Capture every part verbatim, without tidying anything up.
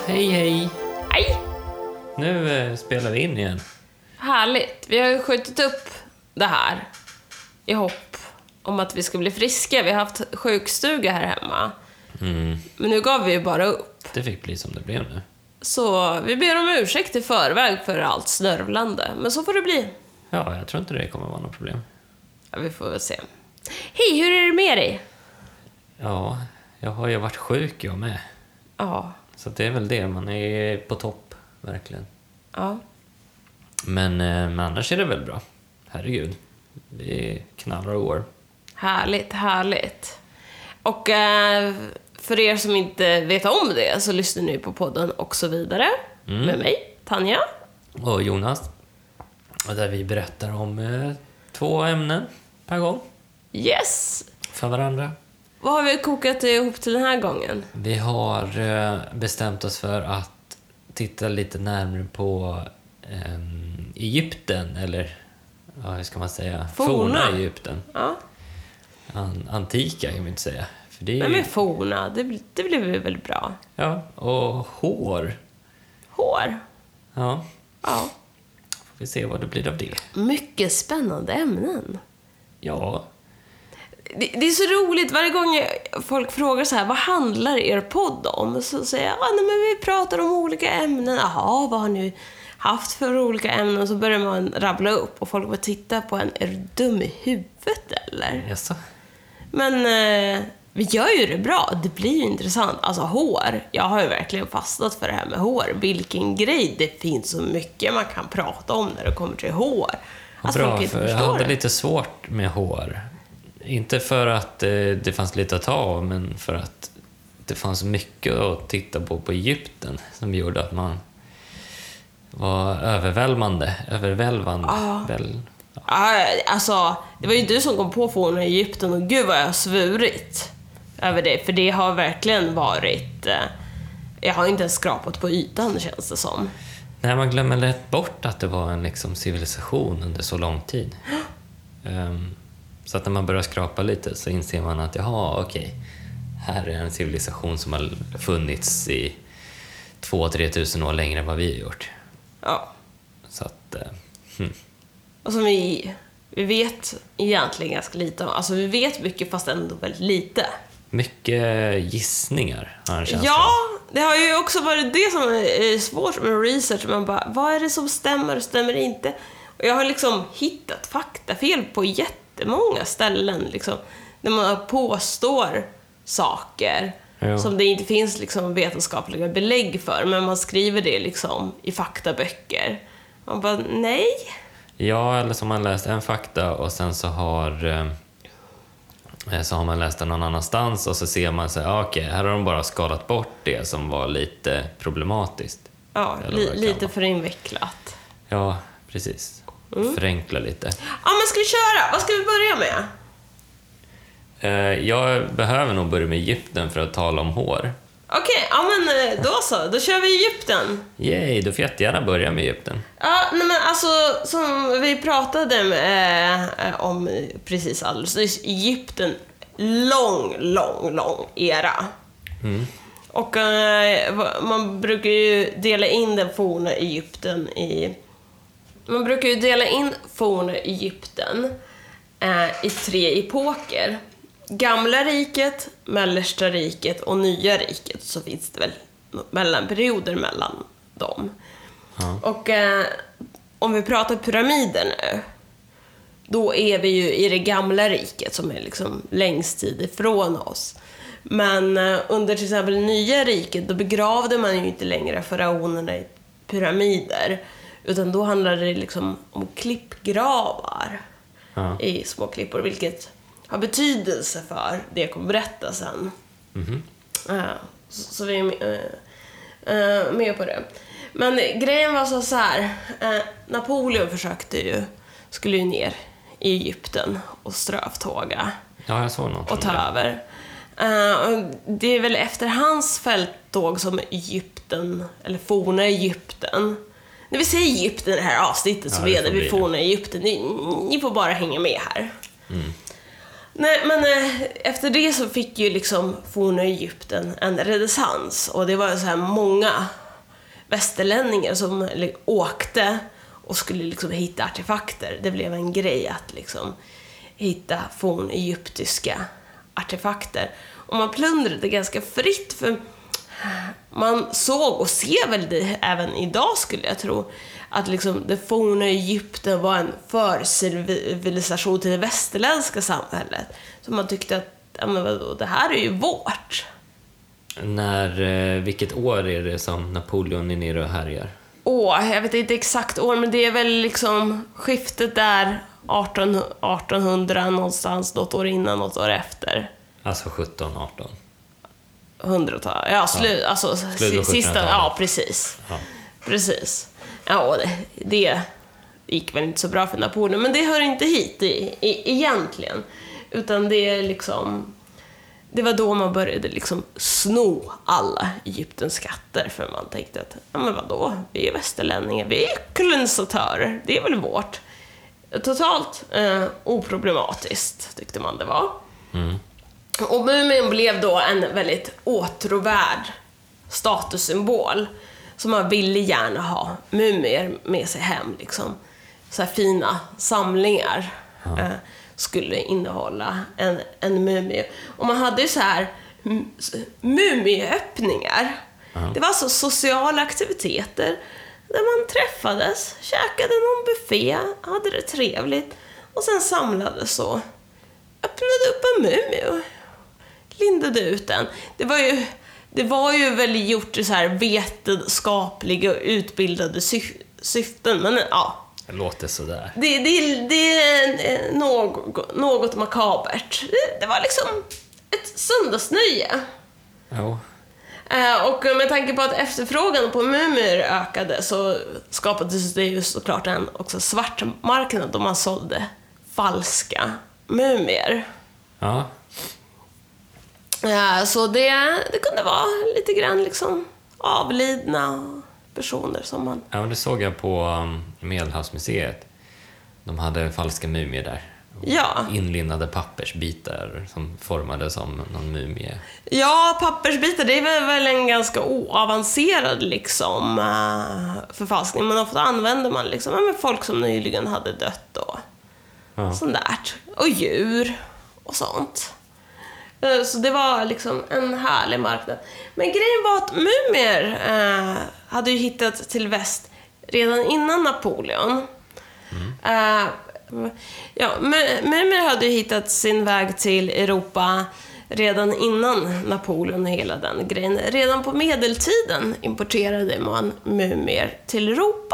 Hej, hej. Hej! Nu eh, spelar vi in igen. Härligt. Vi har ju skjutit upp det här i hopp om att vi ska bli friska. Vi har haft sjukstuga här hemma. Mm. Men nu gav vi ju bara upp. Det fick bli som det blev nu. Så vi ber om ursäkt i förväg för allt snörvlande. Men så får det bli. Ja, jag tror inte det kommer vara något problem. Ja, vi får väl se. Hej, hur är det med dig? Ja, jag har ju varit sjuk jag med. Ja. Så det är väl det, man är på topp, verkligen. Ja. Men, eh, men annars är det väl bra. Herregud, det knallar år. Härligt, härligt. Och eh, för er som inte vet om det så lyssnar ni på podden och så vidare. Mm. Med mig, Tanja. Och Jonas. Och där vi berättar om eh, två ämnen per gång. Yes! För varandra. Vad har vi kokat ihop till den här gången? Vi har eh, bestämt oss för att titta lite närmare på eh, Egypten, eller ja, hur ska man säga? Forna. Forna Egypten. Ja. An- antika kan man inte säga. För det är Men ju, med forna, det, bli- det blev väl bra. ja, och hår. Hår. Ja, Ja. får vi se vad det blir av det. Mycket spännande ämnen. Ja, Det, det är så roligt, varje gång folk frågar så här, vad handlar er podd om? Så säger jag, ah, nej, men vi pratar om olika ämnen. Jaha, vad har ni haft för olika ämnen? Så börjar man rabbla upp och folk bara titta på en, är du dum i huvudet eller? jaså? Men eh, vi gör ju det bra, det blir ju intressant. Alltså hår, jag har ju verkligen fastnat för det här med hår. Vilken grej, det finns så mycket man kan prata om när det kommer till hår. Alltså Bra, folk inte för jag förstår hade det. lite svårt med hår. Inte för att eh, det fanns lite att ta av, men för att det fanns mycket att titta på på Egypten som gjorde att man var övervälvande. Övervälvande. Ja. Väl, ja. Ja, alltså, det var ju du som kom på forna Egypten och gud vad jag har svurit över det. För det har verkligen varit... Eh, jag har inte ens skrapat på ytan, känns det som. Nej, man glömmer lätt bort att det var en liksom, civilisation under så lång tid. um, så att när man börjar skrapa lite så inser man att jaha, okej, här är en civilisation som har funnits i två, tre tusen år längre än vad vi har gjort. Ja. Så att... Uh, hmm. Och som vi, vi vet egentligen ganska lite om. Alltså vi vet mycket fast ändå väldigt lite. Mycket gissningar har en känsla. Ja, det har ju också varit det som är svårt med research. Man bara, vad är det som stämmer och stämmer inte? Och jag har liksom hittat faktafel på jättemånga ställen. Liksom, när man påstår saker Ja. som det inte finns liksom vetenskapliga belägg för. Men man skriver det liksom i faktaböcker. Man bara, nej. Ja, eller som man läst en fakta och sen så har eh, så har man läst den någon annanstans och så ser man så här, okej, här har de bara skalat bort det som var lite problematiskt. Ja, Eller li- vad det kan lite vara. för invecklat. Ja, precis. Förenkla lite. Ja, men ska vi köra? Vad ska vi börja med? Eh, jag behöver nog börja med Egypten för att tala om hår. Okej, ja men eh, då så. Då kör vi Egypten. Yay, då får jag jättegärna börja med Egypten. Ja, nej men alltså som vi pratade med, eh, om precis alldeles nyss, Egypten, lång, lång, lång era. Mm. Och eh, man brukar ju dela in den forna Egypten i... Man brukar ju dela in forna Egypten eh, i tre epoker. Gamla riket, mellersta riket och nya riket. Så finns det väl mellanperioder mellan dem. Ja. Och eh, om vi pratar pyramider nu, då är vi ju i det gamla riket som är liksom längst tid ifrån oss. Men eh, under till exempel nya riket, då begravde man ju inte längre faraonerna i pyramider. Utan då handlade det liksom om klippgravar Ja. i små klippor, vilket har betydelse för det jag kommer berätta sen. Mhm. Ja, så, så vi är med, äh, med på det. Men grejen var så, så här. Äh, Napoleon försökte ju, skulle ju ner i Egypten och strövtåga Ja, jag såg något. och ta över. Äh, det är väl efter hans fälttåg som Egypten, eller forna Egypten. När vi säger Egypten i det här avsnittet så Ja, det menar får vi bli forna Egypten. Ni, ni får bara hänga med här. Mm. Nej, men eh, efter det så fick ju liksom forna Egypten en renässans. Och det var så här många västerlänningar som li- åkte och skulle liksom hitta artefakter. Det blev en grej att liksom hitta fornegyptiska artefakter. Och man plundrade ganska fritt, för man såg och ser väl det även idag, skulle jag tro, att liksom det forna Egypten var en förcivilisation till det västerländska samhället. Så man tyckte att ja, men vadå, det här är ju vårt. När, eh, vilket år är det som Napoleon är nere och härjar? Åh, jag vet inte exakt år, men det är väl liksom skiftet där arton, artonhundra någonstans, något år innan, något år efter. Alltså sjutton arton. Hundratal, ja, slu, ja. Alltså Slut sista, ja precis. Ja. Precis. Ja, och det, det gick väl inte så bra för Napoleon, men det hör inte hit i, i, egentligen. Utan det är liksom, det var då man började liksom sno alla Egyptens skatter, för man tänkte att, ja men vadå, vi är västerlänningar, vi är kolonisatörer, det är väl vårt. Totalt eh, oproblematiskt tyckte man det var. Mm. Och mumien blev då en väldigt åtråvärd statussymbol. Så man ville gärna ha mumier med sig hem. Liksom. Så här fina samlingar ja. eh, skulle innehålla en, en mumie. Och man hade ju så här m- mumieöppningar. Ja. Det var alltså sociala aktiviteter där man träffades, käkade någon buffé, hade det trevligt och sen samlades och öppnade upp en mumie och lindade ut den. Det var ju, det var ju väl gjort i så här vetenskapliga och utbildade syf- syften, men ja. Det låter sådär. Det, det, det är något, något makabert. Det, det var liksom ett söndagsnöje. Jo. Eh, och med tanke på att efterfrågan på mumier ökade så skapades det ju såklart en också svart marknad då man sålde falska mumier. Ja. Ja, så det, det kunde vara lite grann liksom avlidna personer som man... Ja, det såg jag på um, Medelhavsmuseet. De hade falska mumier där. Ja. Inlindade pappersbitar som formade som någon mumie. Ja, pappersbitar, det är väl en ganska oavancerad liksom uh, förfalskning. Men ofta använder man liksom ja, men folk som nyligen hade dött och Ja. sånt där. Och djur och sånt. Så det var liksom en härlig marknad. Men grejen var att mumier eh, hade ju hittat till väst redan innan Napoleon. Mm. Eh, ja, mumier hade ju hittat sin väg till Europa redan innan Napoleon och hela den grejen. Redan på medeltiden importerade man mumier till Europa.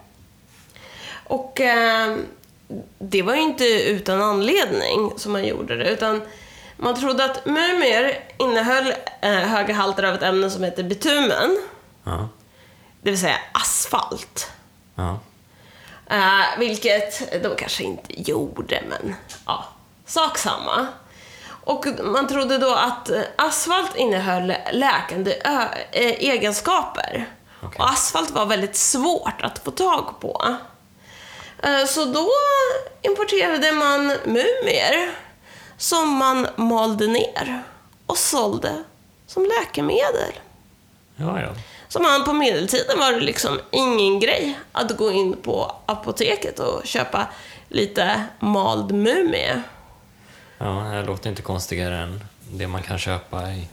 Och eh, det var ju inte utan anledning som man gjorde det, utan man trodde att mumier innehöll eh, höga halter av ett ämne som heter bitumen. Ja. Det vill säga asfalt. Ja. Eh, vilket de kanske inte gjorde, men ja, sak samma. Och man trodde då att asfalt innehöll läkande ö- eh, egenskaper. Okay. Och asfalt var väldigt svårt att få tag på. Eh, så då importerade man mumier som man malde ner och sålde som läkemedel. Ja, ja. Så man på medeltiden var det liksom ingen grej att gå in på apoteket och köpa lite mald mumie. Ja, det låter inte konstigare än det man kan köpa i,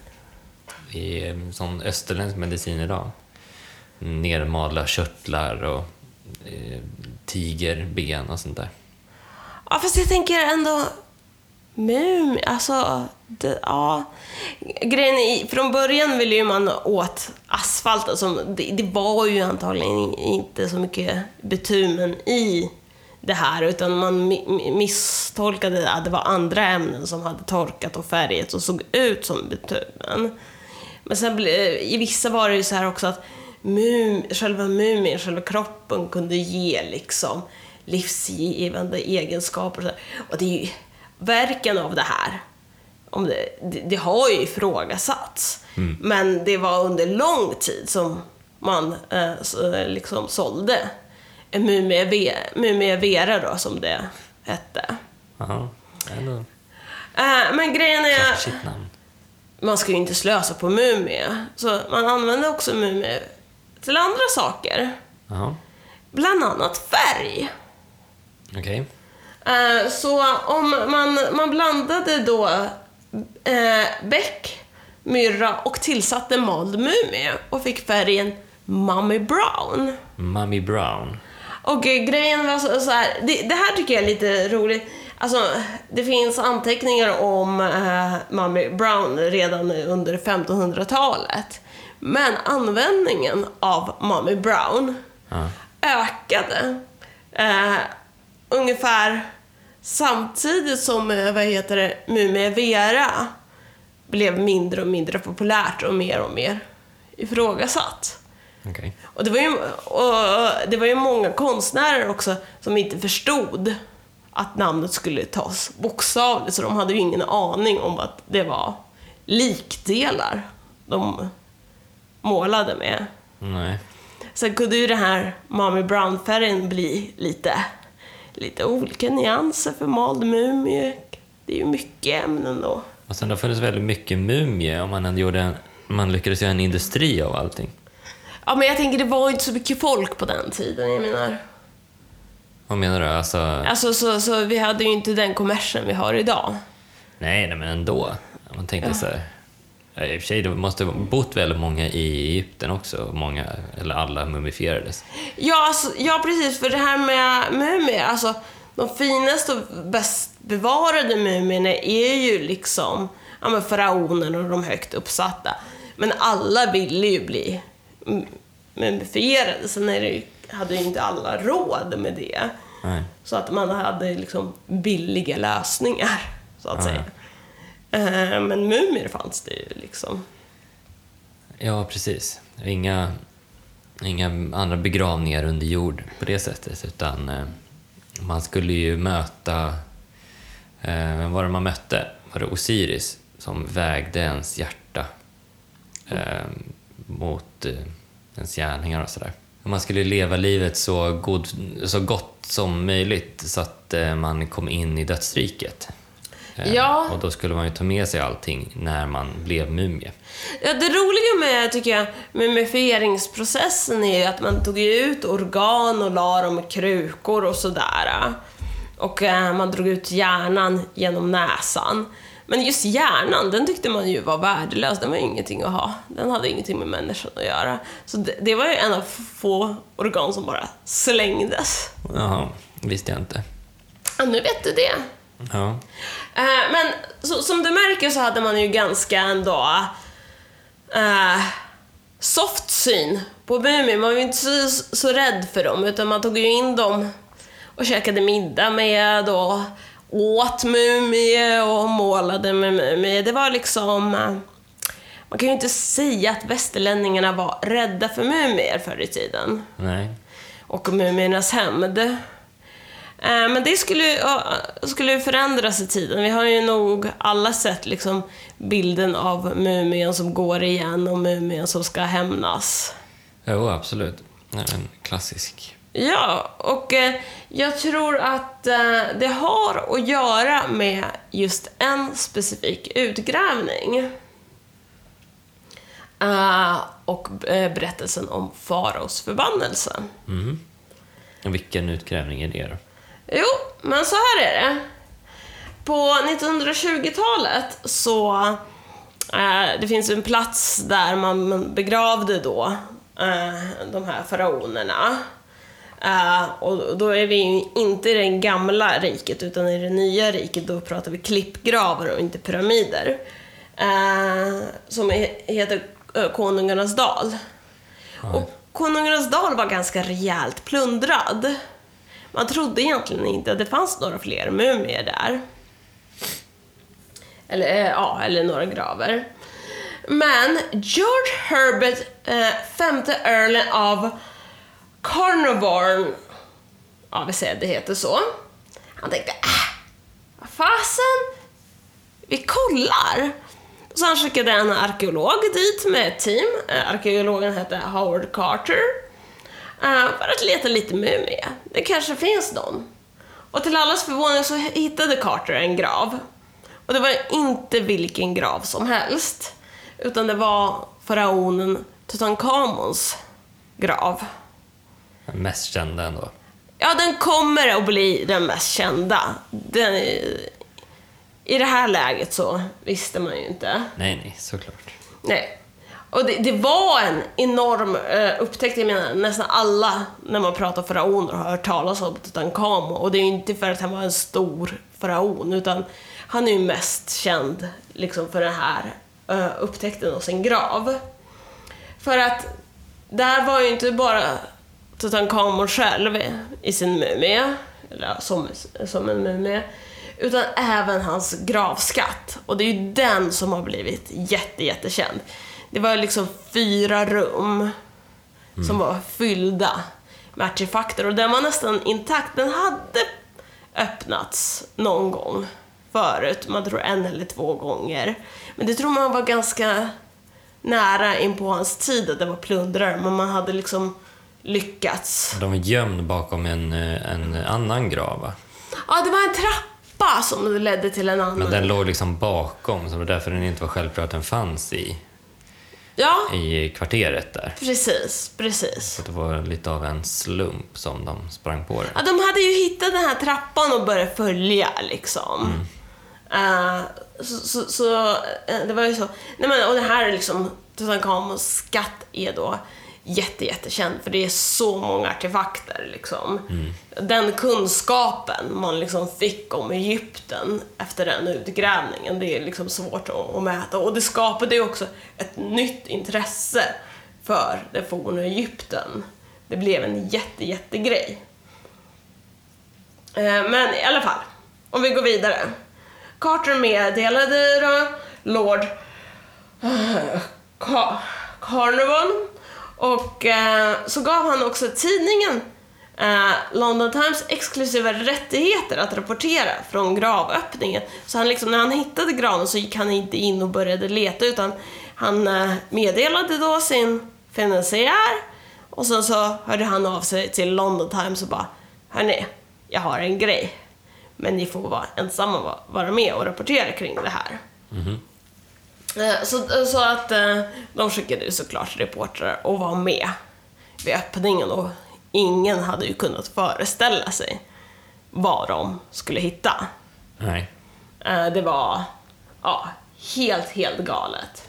i sån österländsk medicin idag. Nermalda körtlar och eh, tigerben och sånt där. Ja, fast jag tänker ändå mumie, alltså det, ja. Grejen är, från början ville ju man åt asfalt, alltså, det, det var ju antagligen inte så mycket bitumen i det här, utan man misstolkade att det var andra ämnen som hade torkat och färgat och såg ut som bitumen. Men sen i vissa var det ju så här också att mum, själva mumien, själva kroppen kunde ge liksom livsgivande egenskaper och, så. Och det är ju verken av det här, om det, det, det har ju ifrågasatts. Mm. Men det var under lång tid som man eh, så, liksom sålde Mumie Vera då, som det hette. Aha. Uh, men grejen är... Klatschigt namn. Man ska ju inte slösa på mumie. Så man använder också mumie till andra saker. Jaha. Bland annat färg. Okej. Uh, så om man, man blandade då uh, bäck, myrra och tillsatte mald mumie och fick färgen Mummy Brown. Mummy Brown. Och uh, grejen var så, så här, det, det här tycker jag är lite roligt. Alltså, det finns anteckningar om uh, Mummy Brown redan under femtonhundratalet. Men användningen av Mummy Brown Ja. ökade uh, ungefär samtidigt som uh, vad heter det, Mumie Vera blev mindre och mindre populärt och mer och mer ifrågasatt. Okej. Och det var ju, och det var ju många konstnärer också som inte förstod att namnet skulle tas bokstavligt, så de hade ju ingen aning om att det var likdelar de målade med. Nej. Sen kunde ju det här Mummy Brown-färgen bli lite, lite olika nyanser för mald mumie. Det är ju mycket ämnen då. Och sen då funnits väldigt mycket mumie om man, gjorde en, man lyckades göra en industri av allting. Ja, men jag tänker det var inte så mycket folk på den tiden, jag menar. Vad menar du? Alltså... Alltså så, så vi hade ju inte den kommersen vi har idag. Nej, nej men ändå. Man tänker ja. så här... I och för sig, det måste ha bott väldigt många i Egypten också. Många, eller alla mumifierades. Ja, alltså, ja, precis. För det här med mumier, alltså de finaste och bäst bevarade mumierna är ju liksom ja, men faraonerna och de högt uppsatta. Men alla ville ju bli mumifierade. Sen är det ju, hade ju inte alla råd med det. Nej. Så att man hade liksom billiga lösningar, så att Ja. säga. Men mumier fanns det ju liksom. Ja, precis. Inga, inga andra begravningar under jord på det sättet, utan eh, man skulle ju möta... Eh, vem var det man mötte? Var det Osiris som vägde ens hjärta eh, mot eh, ens gärningar och sådär. Man skulle leva livet så, god, så gott som möjligt så att eh, man kom in i dödsriket. Ja. Och då skulle man ju ta med sig allting när man blev mumie. Ja, det roliga med, tycker jag, mumifieringsprocessen är ju att man tog ut organ och la dem i krukor och sådär. Och eh, man drog ut hjärnan genom näsan. Men just hjärnan, den tyckte man ju var värdelös. Den var ju ingenting att ha. Den hade ingenting med människan att göra. Så det, det var ju en av få organ som bara slängdes. Jaha, visste jag inte. Ja, nu vet du det. Ja. Uh, men så, som du märker så hade man ju ganska ändå uh, soft syn på mumier. Man var ju inte så, så rädd för dem, utan man tog ju in dem och käkade middag med och åt mumie och målade med mumie. Det var liksom... Uh, man kan ju inte säga att västerlänningarna var rädda för mumier förr i tiden. Nej. Och mumiernas hämnd. Men det skulle, skulle förändras i tiden. Vi har ju nog alla sett liksom bilden av mumien som går igen och mumien som ska hämnas. Jo, absolut. En klassisk. Ja, och jag tror att det har att göra med just en specifik utgrävning. Och berättelsen om faraos förbannelse. Mm. Och vilken utgrävning är det då? Jo, men så här är det. På nittonhundratjugotalet så eh, det finns en plats där man begravde då eh, de här faraonerna. Eh, och då är vi inte i det gamla riket utan i det nya riket. Då pratar vi klippgravar och inte pyramider. Eh, som heter Konungarnas dal. Ja. Och Konungarnas dal var ganska rejält plundrad. Man trodde egentligen inte att det fanns några fler mumier där. Eller, ja, eller några graver. Men George Herbert, eh, femte earlen av Carnarvon, ja, vi säger det heter så. Han tänkte, äh, vad fasen? Vi kollar. Så han skickade en arkeolog dit med ett team. Arkeologen hette Howard Carter. Uh, för att leta lite mumie. Det kanske finns någon. Och till allas förvåning så hittade Carter en grav. Och det var inte vilken grav som helst, utan det var faraonen Tutankhamons grav. Den mest kända ändå. Ja, den kommer att bli den mest kända. Den, i det här läget så visste man ju inte. Nej, nej, såklart. Nej. Och det, det var en enorm uh, upptäckt. Jag menar, nästan alla när man pratar faraoner har hört talas om Tutankhamon. Och det är ju inte för att han var en stor faraon, utan han är ju mest känd liksom för den här uh, upptäckten av sin grav. För att där var ju inte bara Tutankhamon själv i sin mumie, eller som, som en mumie, utan även hans gravskatt. Och det är ju den som har blivit jätte, jättekänd. Det var liksom fyra rum mm. som var fyllda med artefakter. Och den var nästan intakt. Den hade öppnats någon gång förut. Man tror en eller två gånger. Men det tror man var ganska nära in på hans tid att det var plundrare. Men man hade liksom lyckats. De var gömd bakom en, en annan grav, va? Ja, det var en trappa som ledde till en annan. Men den låg liksom bakom, så det var därför den inte var självklart att den fanns i, ja. i kvarteret där. Precis, precis. Så det var lite av en slump som de sprang på det. Ja, de hade ju hittat den här trappan och börjat följa liksom. Mm. Uh, så, så, så uh, det var ju så. Nej, men, och det här är liksom Tutankhamons skatt är då jätte, jättekänd, för det är så många artefakter liksom. Mm. Den kunskapen man liksom fick om Egypten efter den utgrävningen, det är liksom svårt att, att mäta, och det skapade ju också ett nytt intresse för det forna Egypten. Det blev en jätte, jättegrej. Men i alla fall, om vi går vidare. Carter meddelade då Lord Car- Carnarvon. Och eh, så gav han också tidningen eh, London Times exklusiva rättigheter att rapportera från gravöppningen. Så han liksom, när han hittade graven så gick han inte in och började leta, utan han eh, meddelade då sin finansiär. Och sen så hörde han av sig till London Times och bara: hörni, jag har en grej, men ni får vara ensamma vara med och rapportera kring det här. Mm-hmm. Så, så att de skickade ju såklart reportrar och var med vid öppningen, och ingen hade ju kunnat föreställa sig vad de skulle hitta. Nej. Det var ja, helt, helt galet.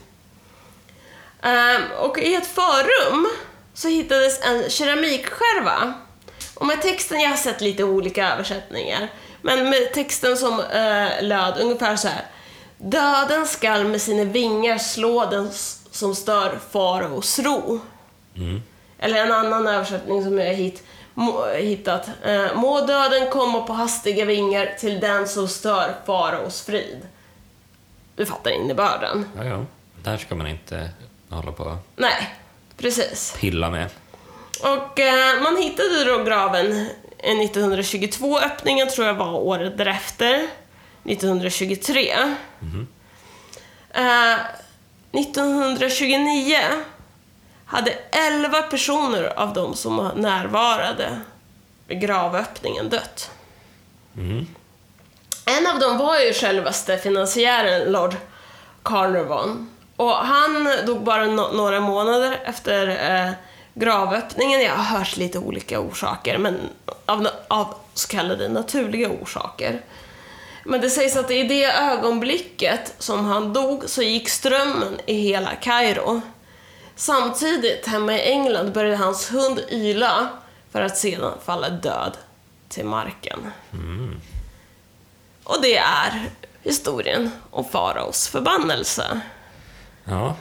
Och i ett förrum så hittades en keramikskärva. Och med texten, jag har sett lite olika översättningar, men med texten som löd ungefär så här: döden skall med sina vingar slå den som stör faraos ro. Mm. Eller en annan översättning som jag hitt, må, hittat. Eh, må döden komma på hastiga vingar till den som stör faraos frid. Du fattar innebörden. Ja, ja. Där ska man inte hålla på. Nej, precis. Pilla med. Och eh, man hittade då graven nittonhundratjugotvå. Öppningen tror jag var året därefter. nittonhundratjugotre. Mm. Uh, nittonhundratjugonio hade elva personer av dem som närvarade vid gravöppningen dött. Mm. En av dem var ju självaste finansiären Lord Carnarvon. Och han dog bara no- några månader efter uh, gravöppningen. Jag har hört lite olika orsaker, men av, av så kallade naturliga orsaker. Men det sägs att i det ögonblicket som han dog så gick strömmen i hela Kairo. Samtidigt hemma i England började hans hund yla för att sedan falla död till marken. Mm. Och det är historien om faraos förbannelse. Ja.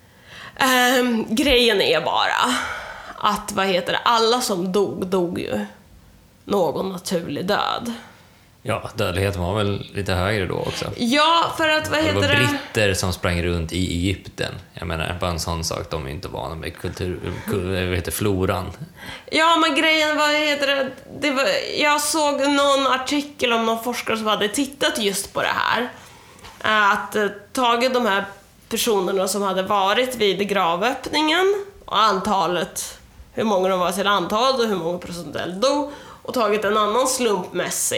Ehm, grejen är bara att, vad heter det, alla som dog, dog ju någon naturlig död. Ja, dödligheten var väl lite högre då också. Ja, för att, vad heter det? Det var britter som sprang runt i Egypten. Jag menar, bara en sån sak, de är inte vana med kultur, vad heter floran. Ja, men grejen, vad heter det? det var, jag såg någon artikel om någon forskare som hade tittat just på det här. Att tagit de här personerna som hade varit vid gravöppningen och antalet, hur många de var till antal och hur många procentuellt dog, och tagit en annan slumpmässig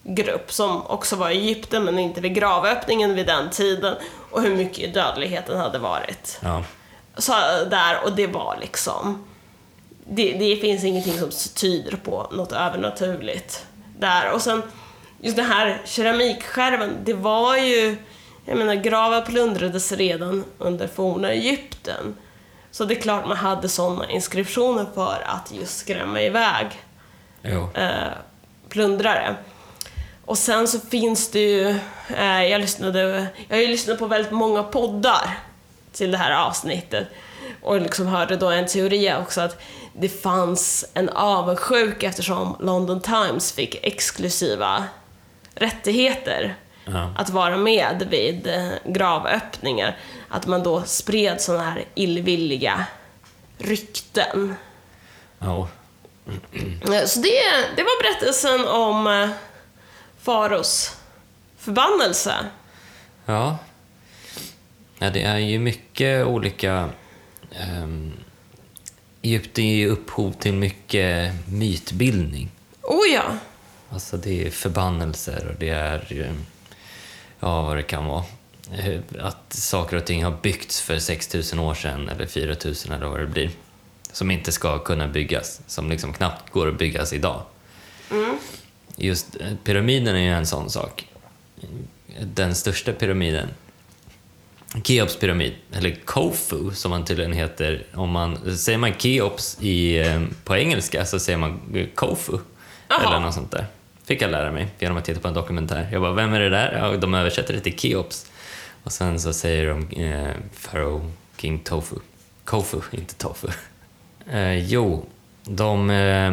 grupp som också var i Egypten men inte vid gravöppningen vid den tiden, och hur mycket dödligheten hade varit. Ja. Så där, och det var liksom det, det finns ingenting som tyder på något övernaturligt där. Och sen just den här keramikskärven, det var ju, jag menar, gravar plundrades redan under forna Egypten. Så det är klart man hade sådana inskriptioner för att just skrämma iväg Jo. eh, plundrare. Och sen så finns det ju, eh, jag lyssnade, jag har ju lyssnat på väldigt många poddar till det här avsnittet. Och liksom hörde då en teori också att det fanns en avundsjuk eftersom London Times fick exklusiva rättigheter Ja. att vara med vid eh, gravöppningar. Att man då spred sådana här illvilliga rykten. Ja. Eh, Så det, det var berättelsen om eh, Faros förbannelse. Ja. Ja, det är ju mycket olika... Um, Egypten ger ju upphov till mycket mytbildning. Oh ja. Alltså det är förbannelser och det är ju... Ja, vad det kan vara. Eh, Att saker och ting har byggts för sex tusen år sedan eller fyra tusen eller vad det blir. Som inte ska kunna byggas. Som liksom knappt går att byggas idag. Mm. Just eh, pyramiden är ju en sån sak. Den största pyramiden, Keops pyramid, eller Khufu som man tydligen heter. Om man, säger man Keops i, eh, på engelska så säger man Khufu. Jaha. Eller något sånt där. Fick jag lära mig genom att titta på en dokumentär. Jag bara, vem är det där? Ja, de översätter det till Keops. Och sen så säger de eh, Pharaoh King Tofu. Khufu, inte Tofu. Eh, jo, de...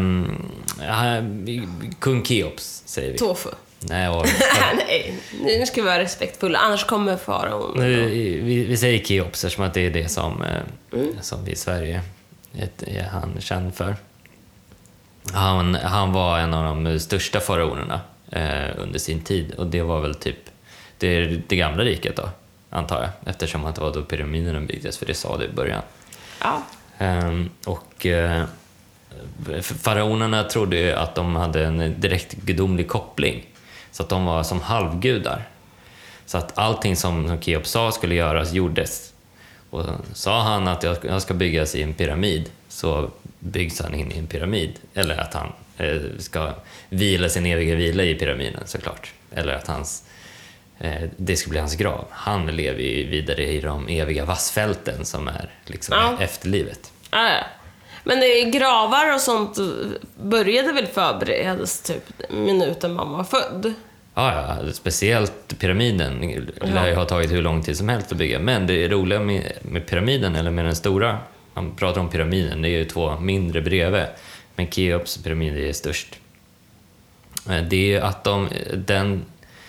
Eh, kung Keops, säger vi. Tofu. Nej, och, Nej, nu ska vi vara respektfulla, annars kommer faraon. nu, vi, vi säger Keops eftersom att det är det som, eh, mm. som vi i Sverige är, är han känd för. Han, han var en av de största faraonerna eh, under sin tid, och det var väl typ det, det gamla riket då, antar jag, eftersom att det var då pyramiderna byggdes, för det sa det i början. Ja. Um, och uh, faraonerna trodde ju att de hade en direkt gudomlig koppling, så att de var som halvgudar, så att allting som Keops sa skulle göras gjordes. Och sa han att jag, jag ska byggas i en pyramid, så byggs han in i en pyramid, eller att han eh, ska vila sin eviga vila i pyramiden, såklart, eller att hans eh, det ska bli hans grav. Han lever ju vidare i de eviga vassfälten som är liksom Ja. efterlivet. Ja, ja. Men det är gravar och sånt började väl förberedas typ minuten man var född. Ja, ja, speciellt pyramiden lär ju ha tagit hur lång tid som helst att bygga. Men det roliga med, med pyramiden, eller med den stora, man pratar om pyramiden, det är ju två mindre bredvid, men Keops pyramid är störst. Det är ju att de, den,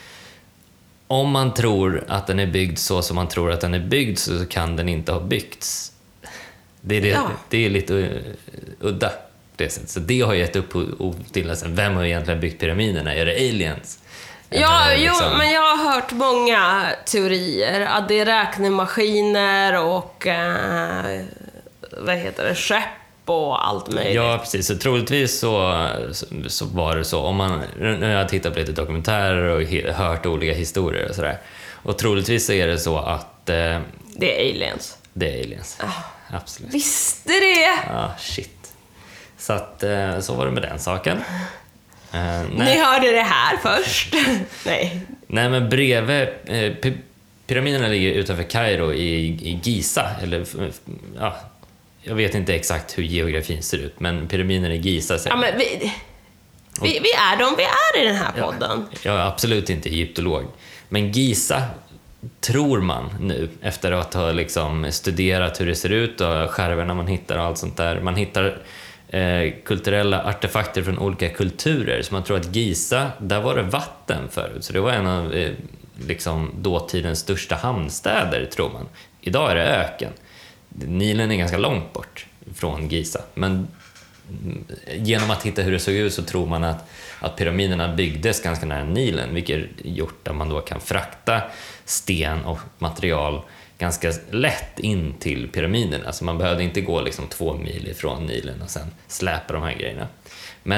om man tror att den är byggd så som man tror att den är byggd, så kan den inte ha byggts. Det är, det, Ja. det är lite udda på det sättet. Så det har gett upphov till att vem har egentligen byggt pyramiderna? Är det aliens? Ja, Eller liksom... jo, men jag har hört många teorier. Att det är räknemaskiner och eh, vad heter det, skepp och allt möjligt. Ja, precis. Så troligtvis så, så, så var det så. Om man, nu har jag tittat på lite dokumentärer och he, hört olika historier och sådär. Och troligtvis så är det så att... Eh, Det är aliens. det är aliens. Absolut. Visste det! Ja, shit. Så att, eh, så var det med den saken. Eh, nej. Ni hörde det här först. Nej. Nej, men bredvid... Eh, py- pyramiderna ligger utanför Kairo i, i Giza. Eller, ja, jag vet inte exakt hur geografin ser ut, men pyramiderna i Giza... Ja, men vi, vi, vi är de vi är i den här podden. Jag är absolut inte egyptolog. Men Giza tror man nu, efter att ha liksom studerat hur det ser ut och skärvorna man hittar och allt sånt där. Man hittar eh, kulturella artefakter från olika kulturer. Så man tror att Giza, där var det vatten förut. Så det var en av eh, liksom dåtidens största hamnstäder, tror man. Idag är det öken. Nilen är ganska långt bort från Giza. Men genom att hitta hur det såg ut så tror man att, att pyramiderna byggdes ganska nära Nilen, vilket gjort att man då kan frakta sten och material ganska lätt in till pyramiderna. Alltså man behövde inte gå liksom två mil ifrån Nilen och sen släpa de här grejerna. Men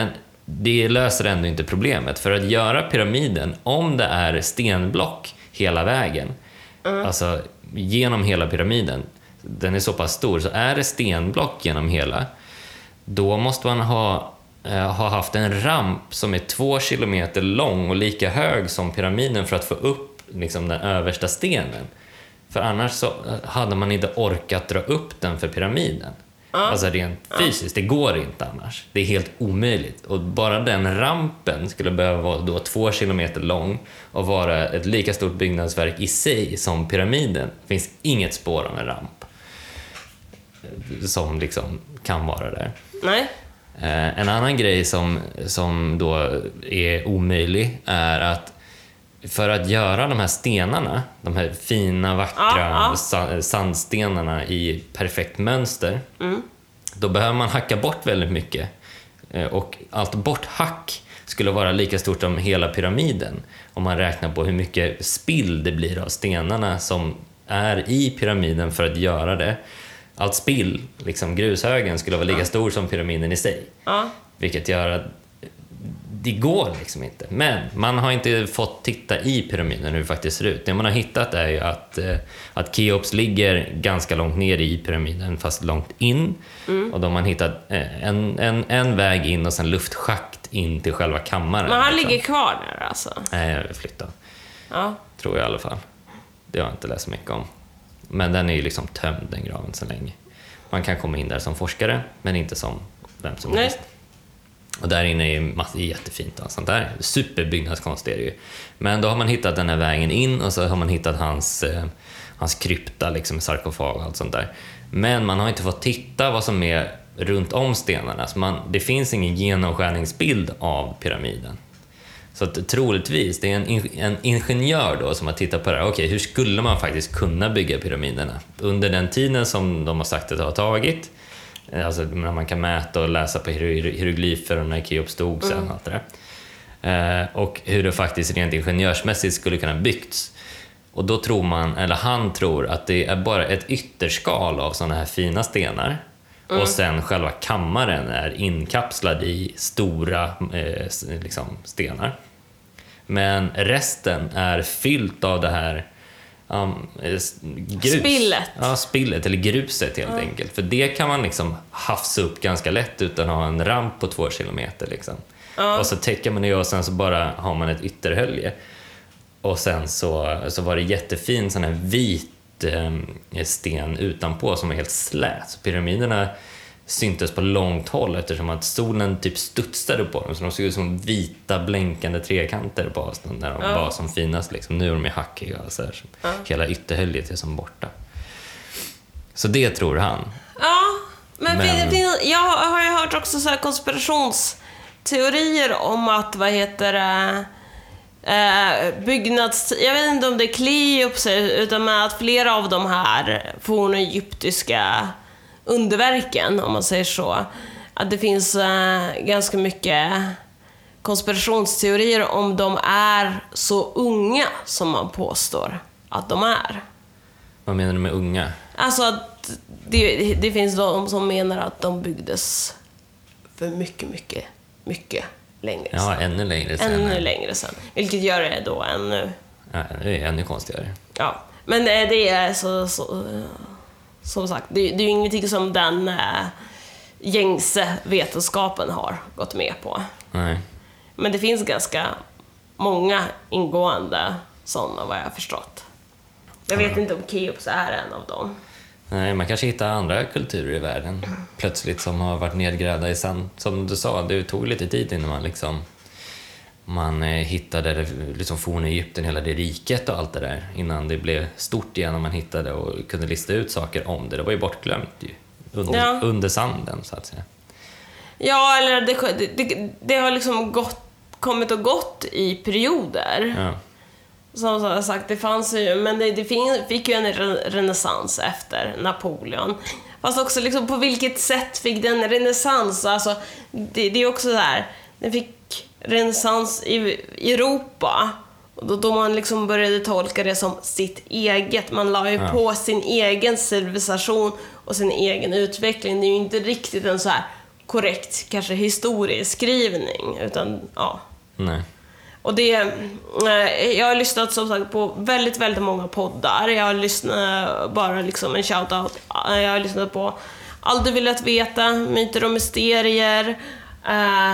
det löser ändå inte problemet. För att göra pyramiden, om det är stenblock hela vägen, mm. alltså genom hela pyramiden, den är så pass stor, så är det stenblock genom hela, då måste man ha, eh, ha haft en ramp som är två kilometer lång och lika hög som pyramiden för att få upp liksom, den översta stenen. För annars så hade man inte orkat dra upp den för pyramiden. Ja. Alltså rent fysiskt, det går inte annars. Det är helt omöjligt. Och bara den rampen skulle behöva vara då två kilometer lång och vara ett lika stort byggnadsverk i sig som pyramiden. Det finns inget spår av en ramp som liksom kan vara där. Nej. Eh, en annan grej som, som då är omöjlig är att för att göra de här stenarna, de här fina, vackra ja, ja. sandstenarna i perfekt mönster, mm. då behöver man hacka bort väldigt mycket. Och allt borthack skulle vara lika stort som hela pyramiden om man räknar på hur mycket spill det blir av stenarna som är i pyramiden för att göra det. Allt spill, liksom grushögen, skulle vara lika stor som pyramiden i sig. Ja. Vilket gör att det går liksom inte. Men man har inte fått titta i pyramiden hur det faktiskt ser ut. Det man har hittat är ju att, att Keops ligger ganska långt ner i pyramiden, fast långt in. Mm. Och då har man hittat en, en, en väg in och sen luftschakt in till själva kammaren. Men han liksom. ligger kvar där alltså? Nej, jag vill flytta. Ja. Tror jag i alla fall. Det har jag inte läst så mycket om. Men den är ju liksom tömd, den graven, så länge. Man kan komma in där som forskare, men inte som vem som helst. Och där inne är det jättefint och sånt där. Superbyggnadskonst är det ju. Men då har man hittat den här vägen in och så har man hittat hans, eh, hans krypta, liksom sarkofag och allt sånt där. Men man har inte fått titta vad som är runt om stenarna. Så man, det finns ingen genomskärningsbild av pyramiden. Så att, troligtvis, det är en, en ingenjör då som har tittat på det här. Okej, hur skulle man faktiskt kunna bygga pyramiderna? Under den tiden som de har sagt att det har tagit. Alltså när man kan mäta och läsa på hieroglyfer och när Keops stod sen mm. allt det där. Eh, och hur det faktiskt rent ingenjörsmässigt skulle kunna byggts. Och då tror man, eller han tror, att det är bara ett ytterskal av sådana här fina stenar. Mm. Och sen själva kammaren är inkapslad i stora eh, liksom stenar. Men resten är fyllt av det här Um, grus. Spillet. Ja, spillet eller gruset helt ja. enkelt. För det kan man liksom hafsa upp ganska lätt utan att ha en ramp på två kilometer liksom. Ja. Och så täcker man det och sen så bara har man ett ytterhölje. Och sen så, så var det jättefin sån här vit eh, sten utanpå som var helt slät. Så pyramiderna syntes på långt håll eftersom att solen typ studsade på dem, så de såg ut som vita blänkande trekanter på avstånd när de ja. var som finast liksom. Nu är de ju hackiga så här, ja. hela ytterhöljet är som borta. Så det tror han. Ja, men, men... jag har ju hört också så här konspirationsteorier om att vad heter det, eh, byggnads... Jag vet inte om det är Keops utan med att flera av de här forna egyptiska underverken, om man säger så, att det finns äh, ganska mycket konspirationsteorier om de är så unga som man påstår att de är. Vad menar du med unga? Alltså att det, det finns de som menar att de byggdes för mycket, mycket, mycket längre sedan. Ja, ännu längre sedan. Ännu längre sedan. Vilket gör det då ännu... Ja, det är ännu konstigare. Ja, men det är så... så som sagt, det, det är ju ingenting som den äh, gängse vetenskapen har gått med på. Nej. Men det finns ganska många ingående sådana, vad jag har förstått. Jag vet ja. inte om Keops är en av dem. Nej, man kanske hittar andra kulturer i världen plötsligt som har varit nedgrävda i sand. Som du sa, det tog lite tid innan man liksom man hittade liksom forna Egypten, hela det riket och allt det där, innan det blev stort igen och man hittade och kunde lista ut saker om det. Det var ju bortglömt ju, under, ja. under sanden så att säga. Ja, eller det, det, det har liksom gått, kommit och gått i perioder. Ja. Som jag sagt, det fanns ju, men det, det fick ju en renässans efter Napoleon. Fast också liksom på vilket sätt fick den renässans? Alltså, det, det är också så här, den fick renässans i Europa och då, då man liksom började tolka det som sitt eget. Man la ju ja. på sin egen civilisation och sin egen utveckling. Det är ju inte riktigt en så här korrekt kanske historieskrivning, utan ja. Nej. Och det, eh, jag har lyssnat som sagt på väldigt, väldigt många poddar. Jag har lyssnat, bara liksom en shoutout, jag har lyssnat på Allt du vill att veta, Myter och mysterier, eh,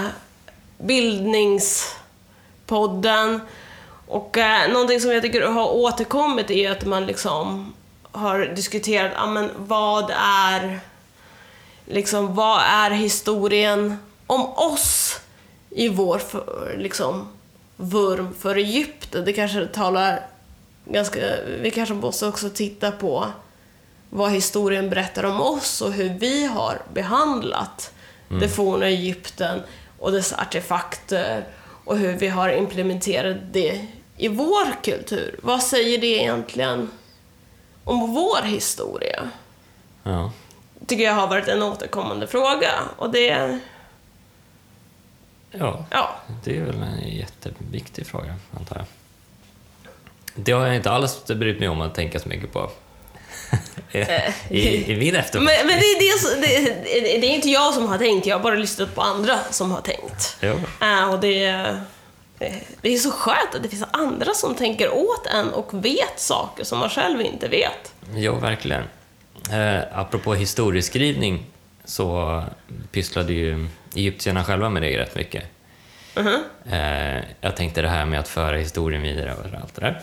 Bildningspodden. Och eh, någonting som jag tycker har återkommit är att man liksom har diskuterat, ja, men vad är liksom, vad är historien om oss i vår för, liksom vurm för Egypten. Det kanske talar ganska, vi kanske måste också titta på vad historien berättar om oss och hur vi har behandlat mm. det forna Egypten och dess artefakter och hur vi har implementerat det i vår kultur. Vad säger det egentligen om vår historia? Ja. Tycker jag har varit en återkommande fråga, och det Ja, ja. det är väl en jätteviktig fråga, antar jag. Det har jag inte alls brytt mig om att tänka så mycket på i, i min efterhand. Men, men det, är det, det, det är inte jag som har tänkt, jag har bara lyssnat på andra som har tänkt. Jo. Uh, och det, det är så skönt att det finns andra som tänker åt en och vet saker som man själv inte vet. Jo, verkligen. Eh, apropå historieskrivning så pysslade ju egyptierna själva med det rätt mycket. Uh-huh. Eh, jag tänkte det här med att föra historien vidare och allt det där.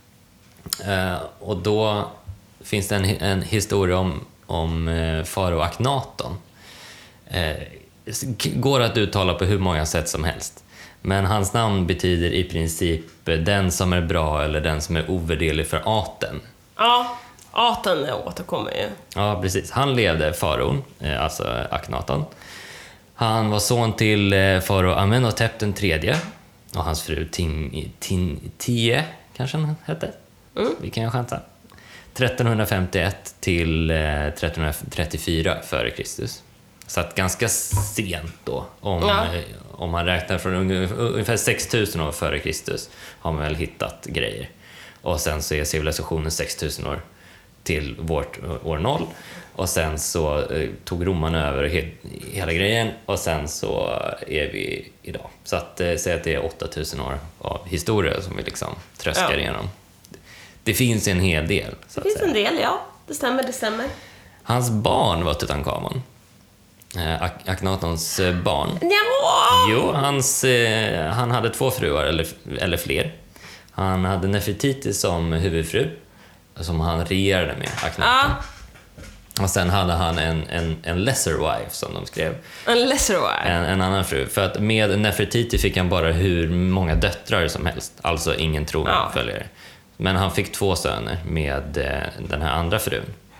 Eh, och då finns det en, en historia om, om eh, farao Akhenaton. Eh, går att uttala på hur många sätt som helst. Men hans namn betyder i princip den som är bra eller den som är ovärderlig för Aten. Ja, Aten återkommer ju. Ja, precis. Han levde, faraon, eh, alltså Akhenaton. Han var son till eh, farao Amenhotep den tredje och hans fru Tin, Tin, Tie, kanske han hette. Mm. Vi kan ju chansa. trettonhundrafemtioett till eh, trettonhundratrettiofyra före Kristus. Så att ganska sent då, om, ja. eh, om man räknar från ungefär sex tusen år före Kristus har man väl hittat grejer. Och sen så är civilisationen sex tusen år till vårt år noll. Och sen så eh, tog romarna över he- hela grejen och sen så är vi idag. Så att eh, säg att det är åtta tusen år av historia som vi liksom tröskar ja. igenom. Det finns en hel del. Så det finns säga. en del, ja. Det stämmer, det stämmer. Hans barn var Tutankhamon. Eh, Ak- Akhenatons eh, barn. Ja. Jo, hans, eh, han hade två fruar eller, eller fler. Han hade Nefertiti som huvudfru som han regerade med, Akhenaton. Ja. Och sen hade han en, en, en lesser wife som de skrev. En lesser wife? En, en annan fru. För att med Nefertiti fick han bara hur många döttrar som helst. Alltså ingen tronföljare. Ja. Men han fick två söner med eh, den här andra frun.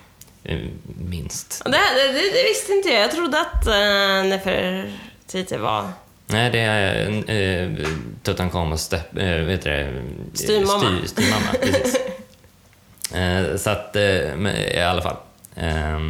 Minst. Det, det, det visste inte jag. Jag trodde att uh, Nefertiti var... Nej, det är uh, Tutankhamons uh, vet det, styrmamma. Styr, styrmamma, precis. uh, så att, uh, i alla fall. Uh,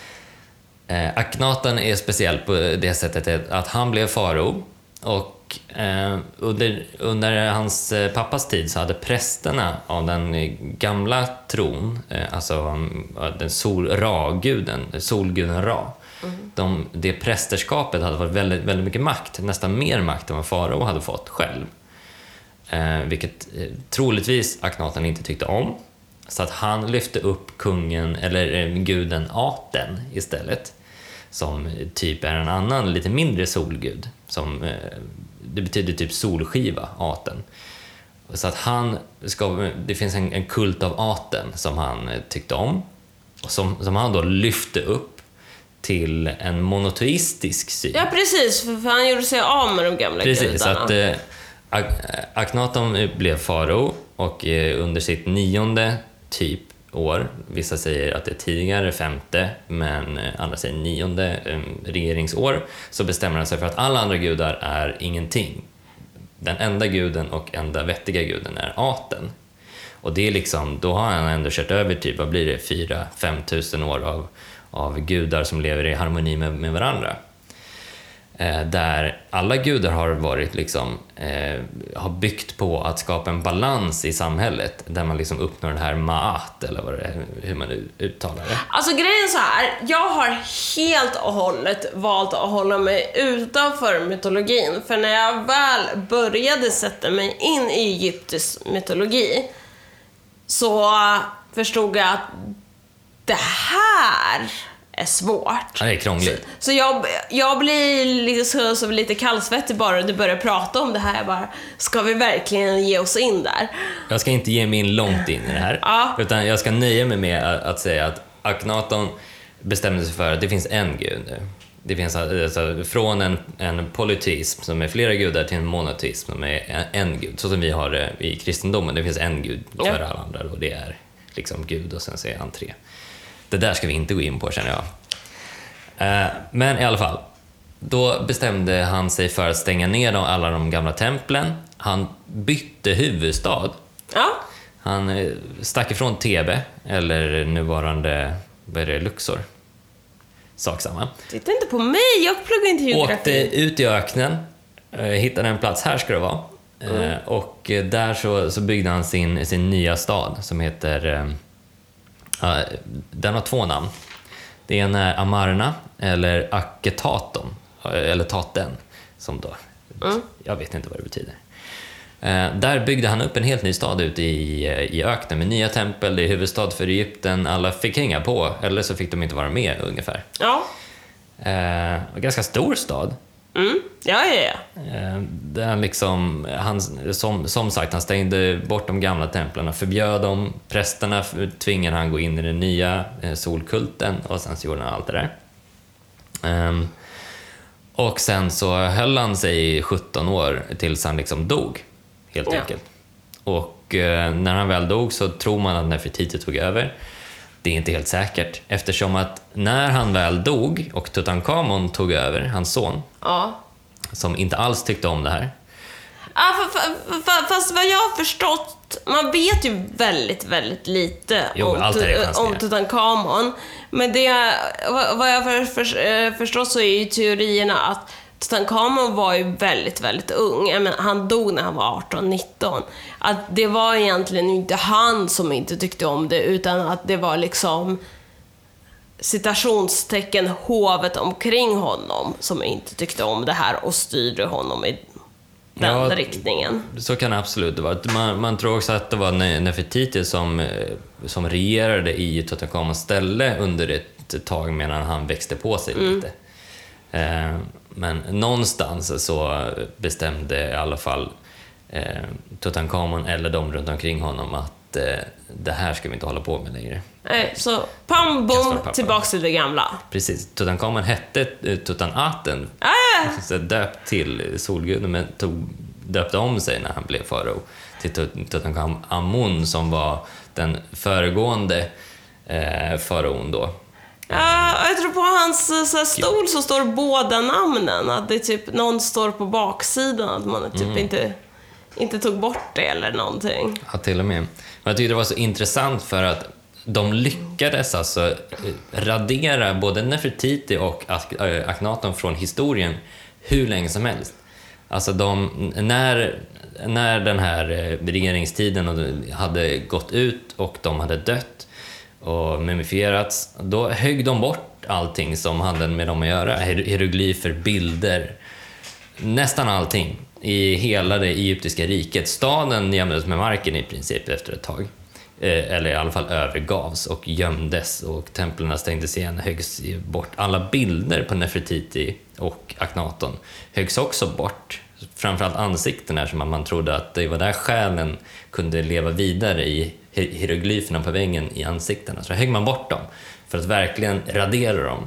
uh, Akhenaton är speciell på det sättet att han blev farao och uh, under, under hans pappas tid så hade prästerna av den gamla tron, uh, alltså uh, den sol, Ra-guden, solguden Ra, mm. de, det prästerskapet hade fått väldigt, väldigt mycket makt, nästan mer makt än vad farao hade fått själv. Uh, vilket uh, troligtvis Akhenaton inte tyckte om. Så att han lyfte upp kungen, eller eh, guden Aten istället. Som typ är en annan, lite mindre solgud. Som, eh, det betyder typ solskiva, Aten. Så att han ska, det finns en, en kult av Aten som han eh, tyckte om. Och som, som han då lyfte upp till en monoteistisk syn. Ja, precis. För, för han gjorde sig av med de gamla precis, gudarna. Precis, att eh, Akhenaton blev farao och eh, under sitt nionde typ år, vissa säger att det är tidigare, femte, men andra säger nionde eh, regeringsår, så bestämmer han sig för att alla andra gudar är ingenting. Den enda guden och enda vettiga guden är Aten. Och det är liksom, då har han ändå kört över typ, vad blir det, fyra, fem tusen år av, av gudar som lever i harmoni med, med varandra. eh, där alla gudar har varit liksom, eh, har byggt på att skapa en balans i samhället där man liksom uppnår det här ma'at, eller vad det är, hur man uttalar det. Alltså grejen är så här, jag har helt och hållet valt att hålla mig utanför mytologin, för när jag väl började sätta mig in i egyptisk mytologi så förstod jag att det här är svårt. Ja, det är krångligt. Så, så jag, jag blir liksom, så lite kallsvettig bara du börjar prata om det här. Jag bara, ska vi verkligen ge oss in där? Jag ska inte ge mig in långt in i det här. Ja. Utan jag ska nöja mig med att, att säga att Akhenaton bestämde sig för att det finns en gud nu. Det finns alltså, från en, en polyteism som är flera gudar till en monoteism som är en, en gud. Så som vi har det i kristendomen. Det finns en gud för Ja. alla andra, och det är liksom Gud, och sen så är han tre. Det där ska vi inte gå in på, känner jag. Eh, men i alla fall, då bestämde han sig för att stänga ner de, alla de gamla templen. Han bytte huvudstad. Ja. Han eh, stack ifrån Thebe, eller nuvarande, vad är det, Luxor. Sak samma. Titta inte på mig, jag pluggar inte geografi. Åkte ut i öknen, eh, hittade en plats, här ska det vara. Mm. Eh, och eh, där så, så byggde han sin, sin nya stad som heter... Eh, Uh, den har två namn. Det ena är Amarna eller Akhetaton, eller Taten, som då, mm. jag vet inte vad det betyder. Uh, där byggde han upp en helt ny stad ute i, i öknen med nya tempel, det är huvudstad för Egypten, alla fick hänga på, eller så fick de inte vara med ungefär. Ja. Uh, en ganska stor stad. Mm. Ja, ja, ja. Uh, där liksom, han, som, som sagt, han stängde bort de gamla templarna, förbjöd dem, prästerna tvingade han gå in i den nya uh, solkulten, och sen så gjorde han allt det där. Um, och sen så höll han sig i sjutton år tills han liksom dog, helt Ja. enkelt. Och uh, när han väl dog så tror man att Nefertiti tog över. Det är inte helt säkert, eftersom att när han väl dog och Tutankhamon tog över, hans son, Ja. som inte alls tyckte om det här. Ja, för, för, för, fast vad jag har förstått, man vet ju väldigt, väldigt lite Jo, om, allt är det fanns om med. Tutankhamon. Men det, vad vad jag för, för, förstått så är ju teorierna att Tutankhamon var ju väldigt, väldigt ung. Jag menar, han dog när han var arton nitton. Att det var egentligen inte han som inte tyckte om det, utan att det var liksom citationstecken hovet omkring honom som inte tyckte om det här och styrde honom i den Ja, riktningen. Så kan det absolut vara. Man, man tror också att det var Nefertiti som, som regerade i Tutankhamons ställe under ett tag medan han växte på sig Mm. lite. Eh, men någonstans så bestämde i alla fall eh, Tutankhamon eller de runt omkring honom att eh, det här ska vi inte hålla på med längre. Nej, så pam, Kastar bom, pappa. tillbaks till det gamla. Precis, Tutankhamon hette eh, Tutanaten, Ah, så döpt till solguden, men tog, döpte om sig när han blev farao till Tut- Tutankhamun, som var den föregående eh, faraon då. ja, jag tror på hans så här, stol så står båda namnen. Att det är typ, någon står på baksidan, att man typ Mm. inte, inte tog bort det eller någonting. Ja, till och med. Men jag tyckte det var så intressant för att de lyckades alltså eh, radera både Nefertiti och Ak- äh, Akhenaton från historien hur länge som helst. Alltså de, när, när den här eh, regeringstiden och hade gått ut och de hade dött och mumifierats, då högg de bort allting som hade med dem att göra. Hier- hieroglyfer, bilder, nästan allting i hela det egyptiska riket. Staden jämnades med marken i princip efter ett tag. Eh, eller i alla fall övergavs och gömdes, och templen stängdes igen, höggs bort. Alla bilder på Nefertiti och Akhenaton höggs också bort. Framförallt ansiktena, som man trodde att det var där själen kunde leva vidare i hier- hieroglyferna på väggen i ansiktena. Så högg man bort dem för att verkligen radera dem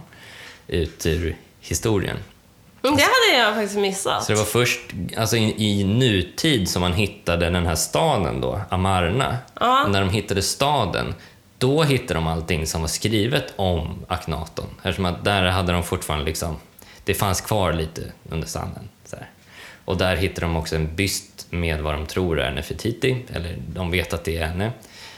ut ur historien. Mm, det hade jag faktiskt missat. Så det var först alltså i, i nutid som man hittade den här staden då, Amarna. Ja. Och när de hittade staden, då hittade de allting som var skrivet om Akhenaton. Eftersom att där hade de fortfarande liksom, det fanns kvar lite under sanden. Så här. Och där hittade de också en byst med vad de tror är Nefertiti, eller de vet att det är henne.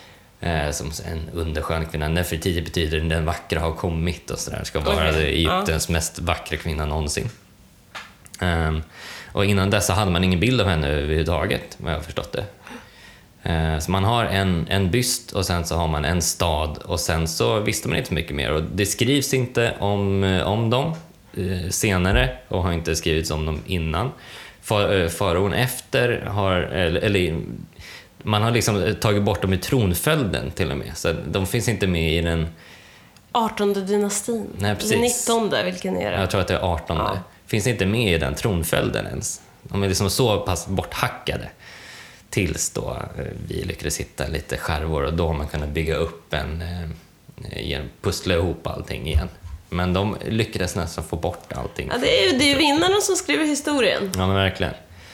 Eh, som en underskön kvinna. Nefertiti betyder den vackra har kommit och sådär. Ska vara Okej, okay. Egyptens ja. mest vackra kvinna någonsin. Um, och innan dess hade man ingen bild av henne överhuvudtaget, vad jag har förstått det. Uh, så man har en, en byst och sen så har man en stad och sen så visste man inte så mycket mer. Och det skrivs inte om, om dem uh, senare och har inte skrivits om dem innan. Faraon efter har, eller, eller man har liksom tagit bort dem i tronföljden till och med, så de finns inte med i den artonde dynastin. Nej, precis. Eller nittonde, vilken är det? Jag tror att det är artonde. Ja. Finns inte med i den tronföljden ens. De är liksom så pass borthackade tills då vi lyckades hitta lite skärvor och då har man kunnat bygga upp en, en pussla ihop allting igen. Men de lyckades nästan få bort allting. Ja, det är ju det är vinnarna som skriver historien. Ja, men verkligen.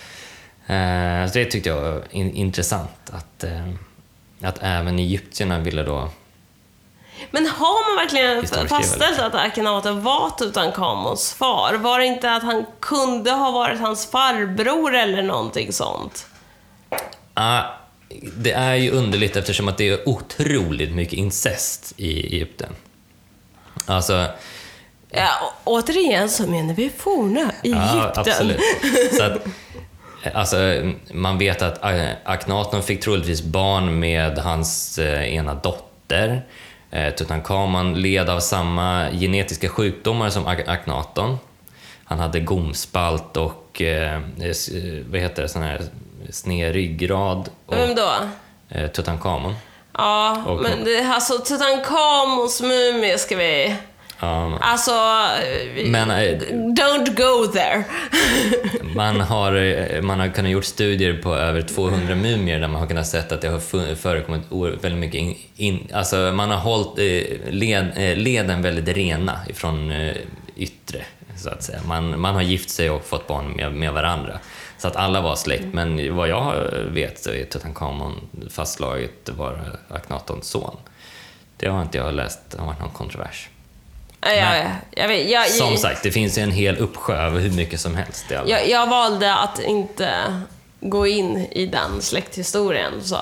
Eh, så det tyckte jag var in, intressant. Att, eh, att även egyptierna ville då... Men har man verkligen fastställt att Akhenaten var Tutankhamons far? Var det inte att han kunde ha varit hans farbror eller någonting sånt? Ah, det är ju underligt eftersom att det är otroligt mycket incest i Egypten. Alltså... Ja, återigen så menar vi forna Egypten. Ja, absolut. Så att, alltså, man vet att Akhenaton fick troligtvis barn med hans eh, ena dotter. Eh, Tutankhamon led av samma genetiska sjukdomar som Akhenaton. Han hade gomspalt och eh, vad heter det, sån här sned ryggrad. Och, Vem då? Eh, Tutankhamon. Ja, och, men det, alltså Tutankhamons mumie ska vi... Um, alltså, men, don't go there. man, har, man har kunnat gjort studier på över tvåhundra mumier där man har kunnat se att det har förekommit väldigt mycket in, in, alltså man har hållit led, leden väldigt rena ifrån yttre, så att säga. Man, man har gift sig och fått barn med, med varandra. Så att alla var släkt, men vad jag vet så är Tutankhamon fastslaget var Akhenatons son. Det har inte jag läst, det har varit någon kontrovers. Ja, ja, jag vet, jag, som sagt, det finns en hel uppsjö av hur mycket som helst. Jag, jag valde att inte gå in i den släkthistorien. Så.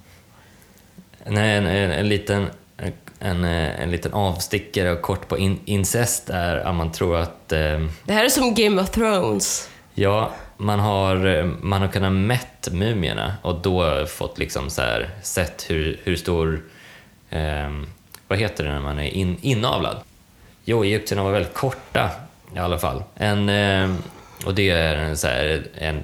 Nej, en, en, en, liten, en, en liten avstickare och kort på in, incest är att man tror att... Eh, det här är som Game of Thrones. Ja, man har, man har kunnat mätt mumierna och då fått liksom så här, sett hur, hur stor... Eh, vad heter det när man är in, inavlad? Jo, egyptierna var väldigt korta i alla fall. En, och det är en, så här, en,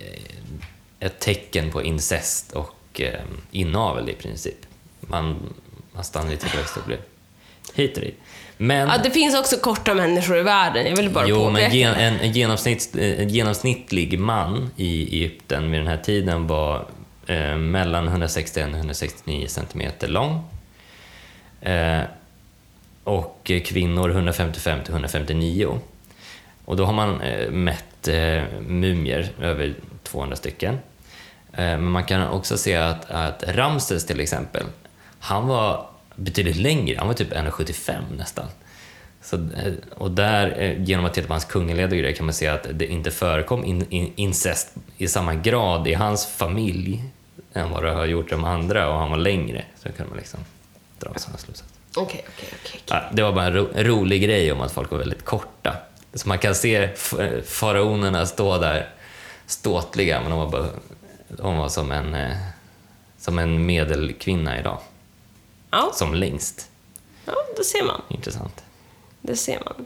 ett tecken på incest och inavel i princip. Man, man stannar lite på högst och blir hit och dit. Men, ja, det finns också korta människor i världen, jag vill bara jo, påpeka. Men gen, en, en, genomsnitt, en genomsnittlig man i Egypten vid den här tiden var eh, mellan hundrasextioen och hundrasextionio centimeter lång. Eh, och kvinnor hundrafemtiofem till hundrafemtionio. Och då har man eh, mätt eh, mumier, över tvåhundra stycken. Eh, men man kan också se att, att Ramses till exempel, han var betydligt längre, han var typ ett komma sjuttiofem nästan. Så, eh, och där, eh, genom att titta på hans kungaled och grejer, kan man se att det inte förekom in, in, incest i samma grad i hans familj än vad det har gjort de andra, och han var längre. Så kan man liksom dra sådana slutsatser. Okej, okej, okej. Ja, det var bara en, ro, en rolig grej om att folk var väldigt korta. Så man kan se faraonerna stå där ståtliga, men de var, bara, de var som, en, som en medelkvinna idag. Ja. Som längst. Ja, det ser man. Intressant. Det ser man.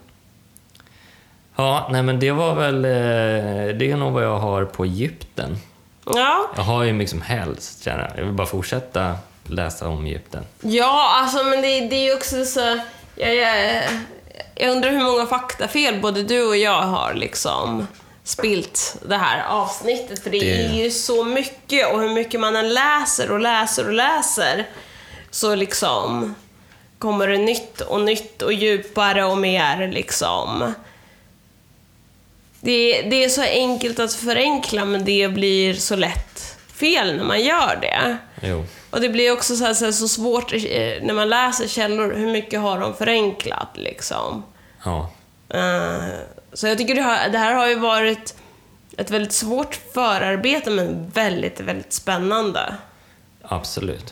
Ja, nej men det var väl... Det är nog vad jag har på Egypten. Ja. Jag har ju mycket som helst, känner jag. Jag vill bara fortsätta läsa om Egypten. Ja, alltså men det, det är ju också så... Jag, jag, jag undrar hur många faktafel både du och jag har liksom spilt det här avsnittet. För det, det är ju så mycket, och hur mycket man än läser och läser och läser så liksom kommer det nytt och nytt och djupare och mer liksom. Det, det är så enkelt att förenkla, men det blir så lätt fel när man gör det. Jo. Och det blir också så, här, så, här, så svårt när man läser källor, hur mycket har de förenklat liksom. Ja. Uh, så jag tycker det, har, det här har ju varit ett väldigt svårt förarbete, men väldigt, väldigt spännande. Absolut.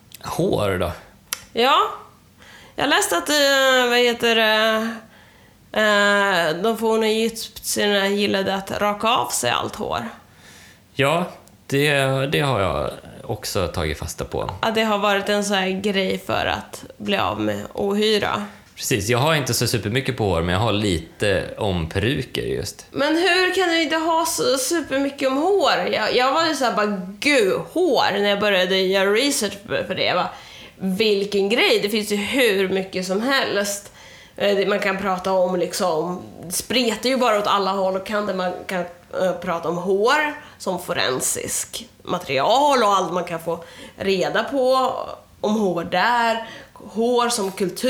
Hår då? Ja, jag läste att, uh, vad heter det, Eh, de forna egyptierna gillade att raka av sig allt hår. Ja, det, det har jag också tagit fasta på. Att det har varit en sån här grej för att bli av med ohyra. Precis, jag har inte så supermycket på hår, men jag har lite om peruker just. Men hur kan du inte ha så supermycket om hår? Jag, jag var ju såhär bara, gud, hår, när jag började göra research för det. Jag bara, vilken grej, det finns ju hur mycket som helst. Man kan prata om liksom, det spretar ju bara åt alla håll och kanter. Man kan uh, prata om hår som forensisk material och allt man kan få reda på om hår där. Hår som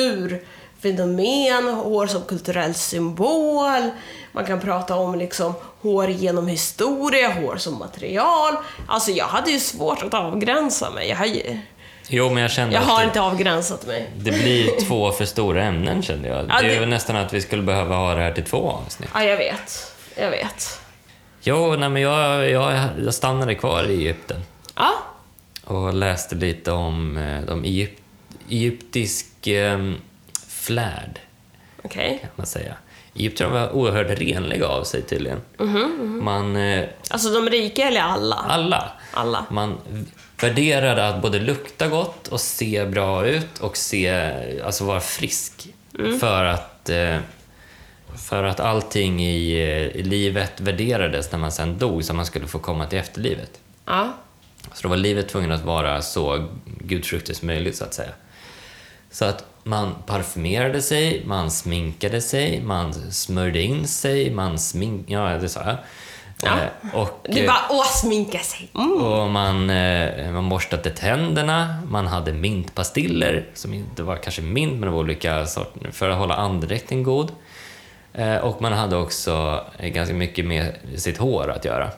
kulturfenomen, hår som kulturell symbol. Man kan prata om liksom hår genom historia, hår som material. Alltså jag hade ju svårt att avgränsa mig. Jag har ju... Jo, men jag kände Jag har att inte avgränsat mig. Det blir två för stora ämnen, kände jag. Ja, det är det... nästan att vi skulle behöva ha det här till två avsnitt. Ja, jag vet. Jag vet. Jo, nej, men jag, jag, jag stannade kvar i Egypten. Ja. Och läste lite om eh, de egypt, egyptisk eh, flärd, Okej. Okay. kan man säga. Egypter var oerhört renliga av sig tydligen. Mm-hmm, mm-hmm. Man... Eh, alltså de rika eller alla? Alla. Alla. Man värderade att både lukta gott och se bra ut och se, alltså vara frisk. Mm. För att eh, för att allting i, i livet värderades när man sen dog, så man skulle få komma till efterlivet. Ja. Så då var livet tvungen att vara så gudfruktigt som möjligt, så att säga. Så att man parfymerade sig, man sminkade sig, man smörjde in sig, man smink... Ja, det sa jag. Ja. Eh, och, det bara åh, sminka sig. Mm. Och man, eh, man borstade tänderna, man hade mintpastiller, som inte var kanske mint, men det var olika sorter, för att hålla andedräkten god. Eh, och man hade också ganska mycket med sitt hår att göra.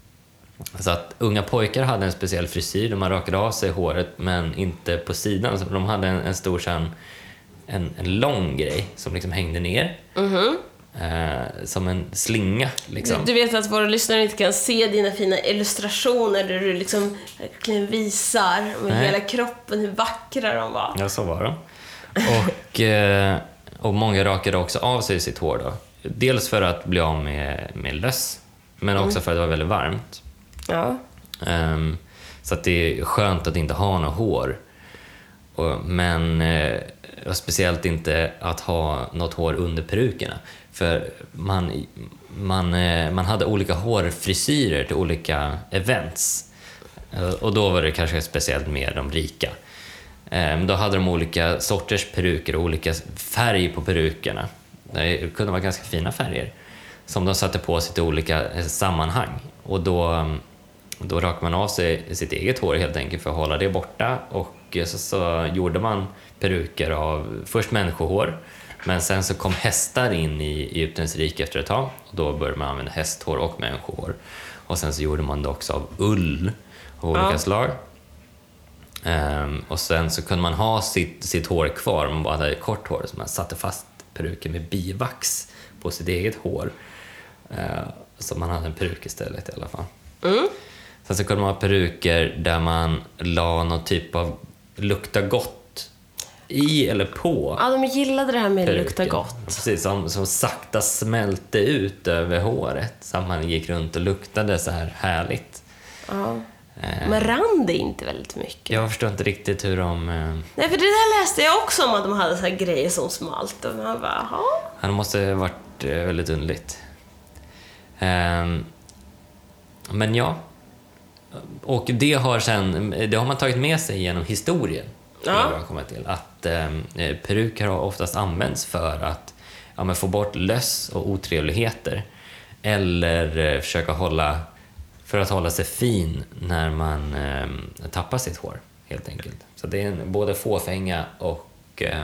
Så att unga pojkar hade en speciell frisyr där man rakade av sig håret, men inte på sidan. Så de hade en, en stor sen, en, en lång grej som liksom hängde ner. Mm-hmm. Eh, som en slinga liksom. Du, du vet att våra lyssnare inte kan se dina fina illustrationer där du liksom verkligen visar med Nej. hela kroppen hur vackra de var. Ja, så var de. Och, eh, och många rakade också av sig sitt hår då. Dels för att bli av med, med löss, men också mm. för att det var väldigt varmt. Ja. Um, så att det är skönt att inte ha något hår. Och, men eh, speciellt inte att ha något hår under perukerna. För man, man, eh, man hade olika hårfrisyrer till olika events. Uh, och då var det kanske speciellt med de rika. Um, då hade de olika sorters peruker och olika färg på perukerna. Det kunde vara ganska fina färger som de satte på sig till olika sammanhang. Och då... Då rakade man av sig sitt eget hår helt enkelt för att hålla det borta, och så, så gjorde man peruker av först människohår, men sen så kom hästar in i Egyptens rike efter ett tag, och då började man använda hästhår och människohår, och sen så gjorde man det också av ull av olika ja. slag. Um, och sen så kunde man ha sitt, sitt hår kvar, man bara hade kort hår, så man satte fast peruken med bivax på sitt eget hår, uh, så man hade en peruk istället i alla fall. Mm. Sen så kunde man ha peruker där man la någon typ av lukta gott i eller på. Ja, de gillade det här med peruken. Lukta gott. Ja, precis, som, som sakta smälte ut över håret. Så att man gick runt och luktade så här härligt. Ja. Eh. Men rann det inte väldigt mycket? Jag förstår inte riktigt hur de... Eh... Nej, för det där läste jag också om, att de hade så här grejer som smalt. Och man bara, ja. Ja, det måste ha varit eh, väldigt underligt. Eh, men ja... Och det har, sen, det har man tagit med sig genom historien. Ja. Jag kommer till. Att eh, peruker har oftast använts för att ja, men få bort löss och otrevligheter. Eller eh, försöka hålla, för att hålla sig fin när man eh, tappar sitt hår, helt enkelt. Så det är en, både fåfänga och eh,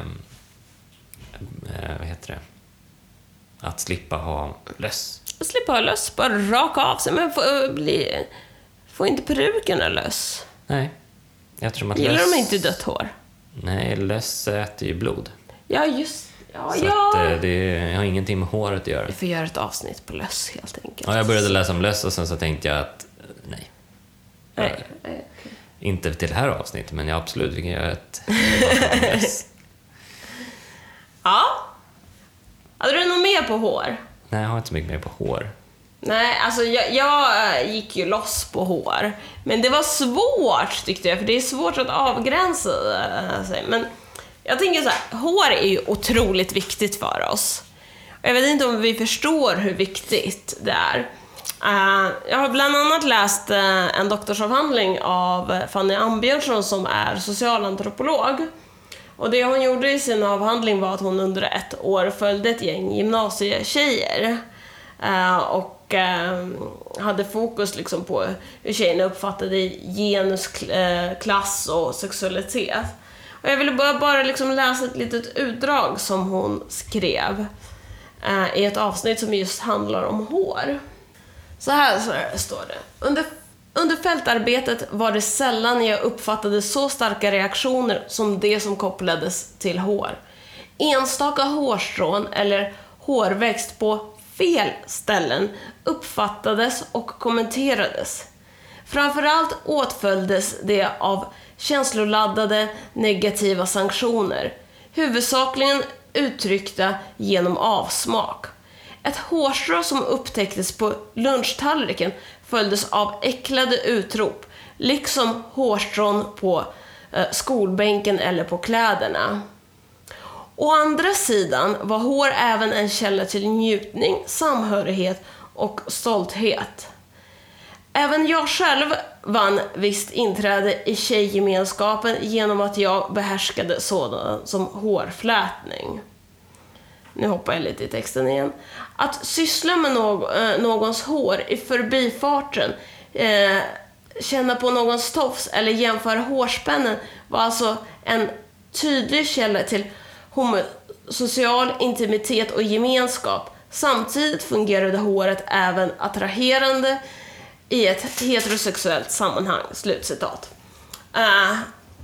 eh, vad heter det? Att slippa ha löss. Att slippa ha löss, bara raka av sig. Men få, bli... Får inte perukerna löss? Nej. Jag tror att gillar löss... de inte dött hår? Nej, löss äter ju blod. Ja, just ja, Så ja. Att, det har ingenting med håret att göra. Vi får göra ett avsnitt på löss, helt enkelt. Ja, jag började läsa om löss och sen så tänkte jag att nej. Nej, nej okay. Inte till det här avsnittet, men jag absolut vi kan göra ett, ett löss. Ja. Hade du något mer på hår? Nej, jag har inte så mycket mer på hår. Nej, alltså jag, jag gick ju loss på hår. Men det var svårt tyckte jag, för det är svårt att avgränsa sig. Men jag tänker så här, hår är ju otroligt viktigt för oss. Jag vet inte om vi förstår hur viktigt det är. Uh, jag har bland annat läst uh, en doktorsavhandling av Fanny Ambjörnsson som är socialantropolog. Och det hon gjorde i sin avhandling var att hon under ett år följde ett gäng gymnasietjejer. Uh, och uh, hade fokus liksom på hur tjejerna uppfattade genus, uh, klass och sexualitet. Och jag ville bara, bara liksom läsa ett litet utdrag som hon skrev uh, i ett avsnitt som just handlar om hår. Så här, så här står det. Under, under fältarbetet var det sällan jag uppfattade så starka reaktioner som det som kopplades till hår. Enstaka hårstrån eller hårväxt på fel ställen uppfattades och kommenterades. Framförallt åtföljdes det av känsloladdade negativa sanktioner, huvudsakligen uttryckta genom avsmak. Ett hårstrå som upptäcktes på lunchtallriken följdes av äcklade utrop, liksom hårstrån på eh, skolbänken eller på kläderna. Å andra sidan var hår även en källa till njutning, samhörighet och stolthet. Även jag själv vann visst inträde i tjejgemenskapen genom att jag behärskade sådana som hårflätning. Nu hoppar jag lite i texten igen. Att syssla med någ- någons hår i förbifarten, eh, känna på någons tofs eller jämföra hårspännen var alltså en tydlig källa till homosocial intimitet och gemenskap. Samtidigt fungerade håret även attraherande i ett heterosexuellt sammanhang. Slutcitat. Uh,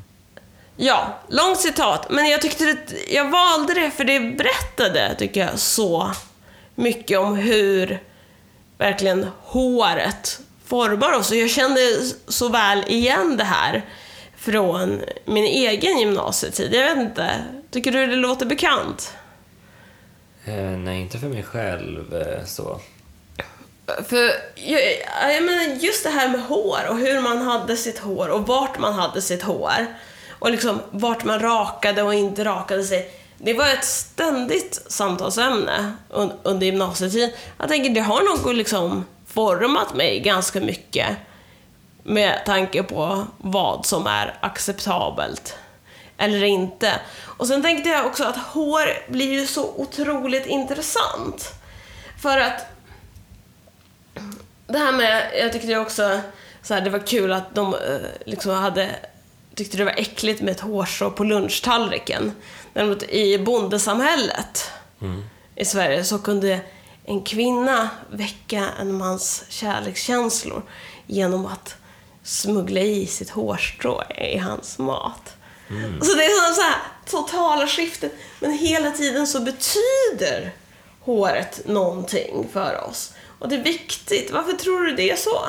ja, långt citat. Men jag tyckte att jag valde det för det berättade, tycker jag, så mycket om hur verkligen håret formar oss. Och jag kände så väl igen det här från min egen gymnasietid. Jag vet inte. Tycker du det låter bekant? Eh, nej, inte för mig själv eh, så. För jag, jag menar just det här med hår och hur man hade sitt hår och vart man hade sitt hår och liksom vart man rakade och inte rakade sig. Det var ett ständigt samtalsämne un, under gymnasietiden. Jag tänker det har nog liksom format mig ganska mycket med tanke på vad som är acceptabelt eller inte. Och sen tänkte jag också att hår blir ju så otroligt intressant. För att det här med, jag tyckte också så här, det var kul att de liksom hade, tyckte det var äckligt med ett hårstrå på lunchtallriken. Däremot i bondesamhället mm. i Sverige så kunde en kvinna väcka en mans kärlekskänslor genom att smuggla i sitt hårstrå i hans mat. Mm. Så det är så här totala skiften, men hela tiden så betyder håret någonting för oss. Och det är viktigt. Varför tror du det är så?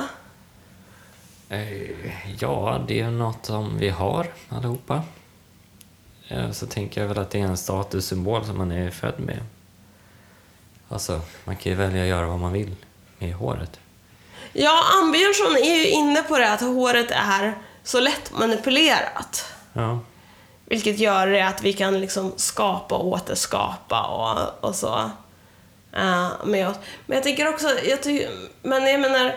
Ja, det är något som vi har allihopa. Så tänker jag väl att det är en statussymbol som man är född med. Alltså, man kan ju välja att göra vad man vill med håret. Ja, Ambjörnsson är ju inne på det att håret är så lätt manipulerat. Ja. Vilket gör det att vi kan liksom skapa och återskapa och, och så uh, med oss. Men jag tänker också, jag ty- men jag menar,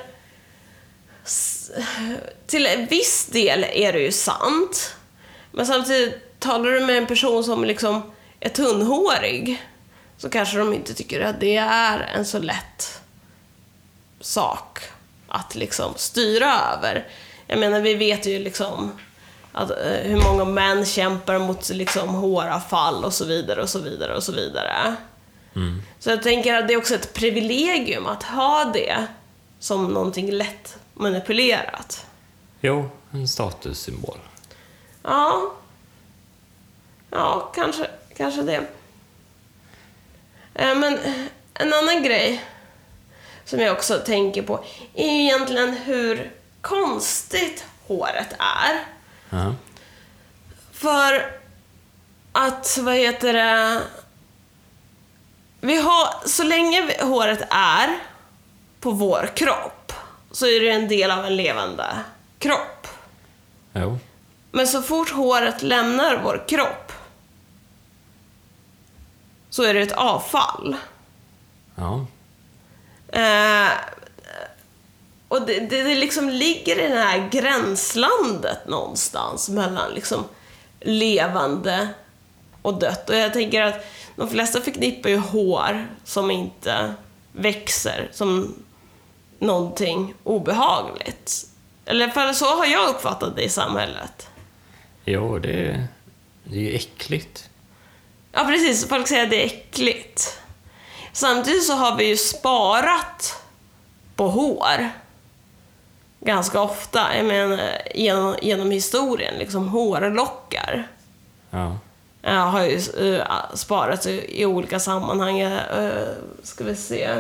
till en viss del är det ju sant. Men samtidigt talar du med en person som liksom är tunnhårig, så kanske de inte tycker att det är en så lätt sak att liksom styra över. Jag menar, vi vet ju liksom att, uh, hur många män kämpar mot liksom håravfall och så vidare och så vidare och så vidare. Mm. Så jag tänker att det är också ett privilegium att ha det som någonting lätt manipulerat. Jo, en statussymbol. Ja. Ja, kanske, kanske det. Uh, men en annan grej som jag också tänker på är ju egentligen hur konstigt håret är. Uh-huh. För att, vad heter det, vi har, så länge vi, håret är på vår kropp så är det en del av en levande kropp. Jo. Men så fort håret lämnar vår kropp så är det ett avfall. Ja. Eh, och det, det, det liksom ligger i det här gränslandet någonstans mellan liksom levande och dött. Och jag tänker att de flesta förknippar ju hår som inte växer som någonting obehagligt. Eller för så har jag uppfattat det i samhället. Jo, det är, det är ju äckligt. Ja, precis. Folk säger att det är äckligt. Samtidigt så har vi ju sparat på hår ganska ofta. Jag menar, genom, genom historien. Liksom hårlockar. Ja. Jag har ju uh, sparat i, i olika sammanhang. Uh, ska vi se.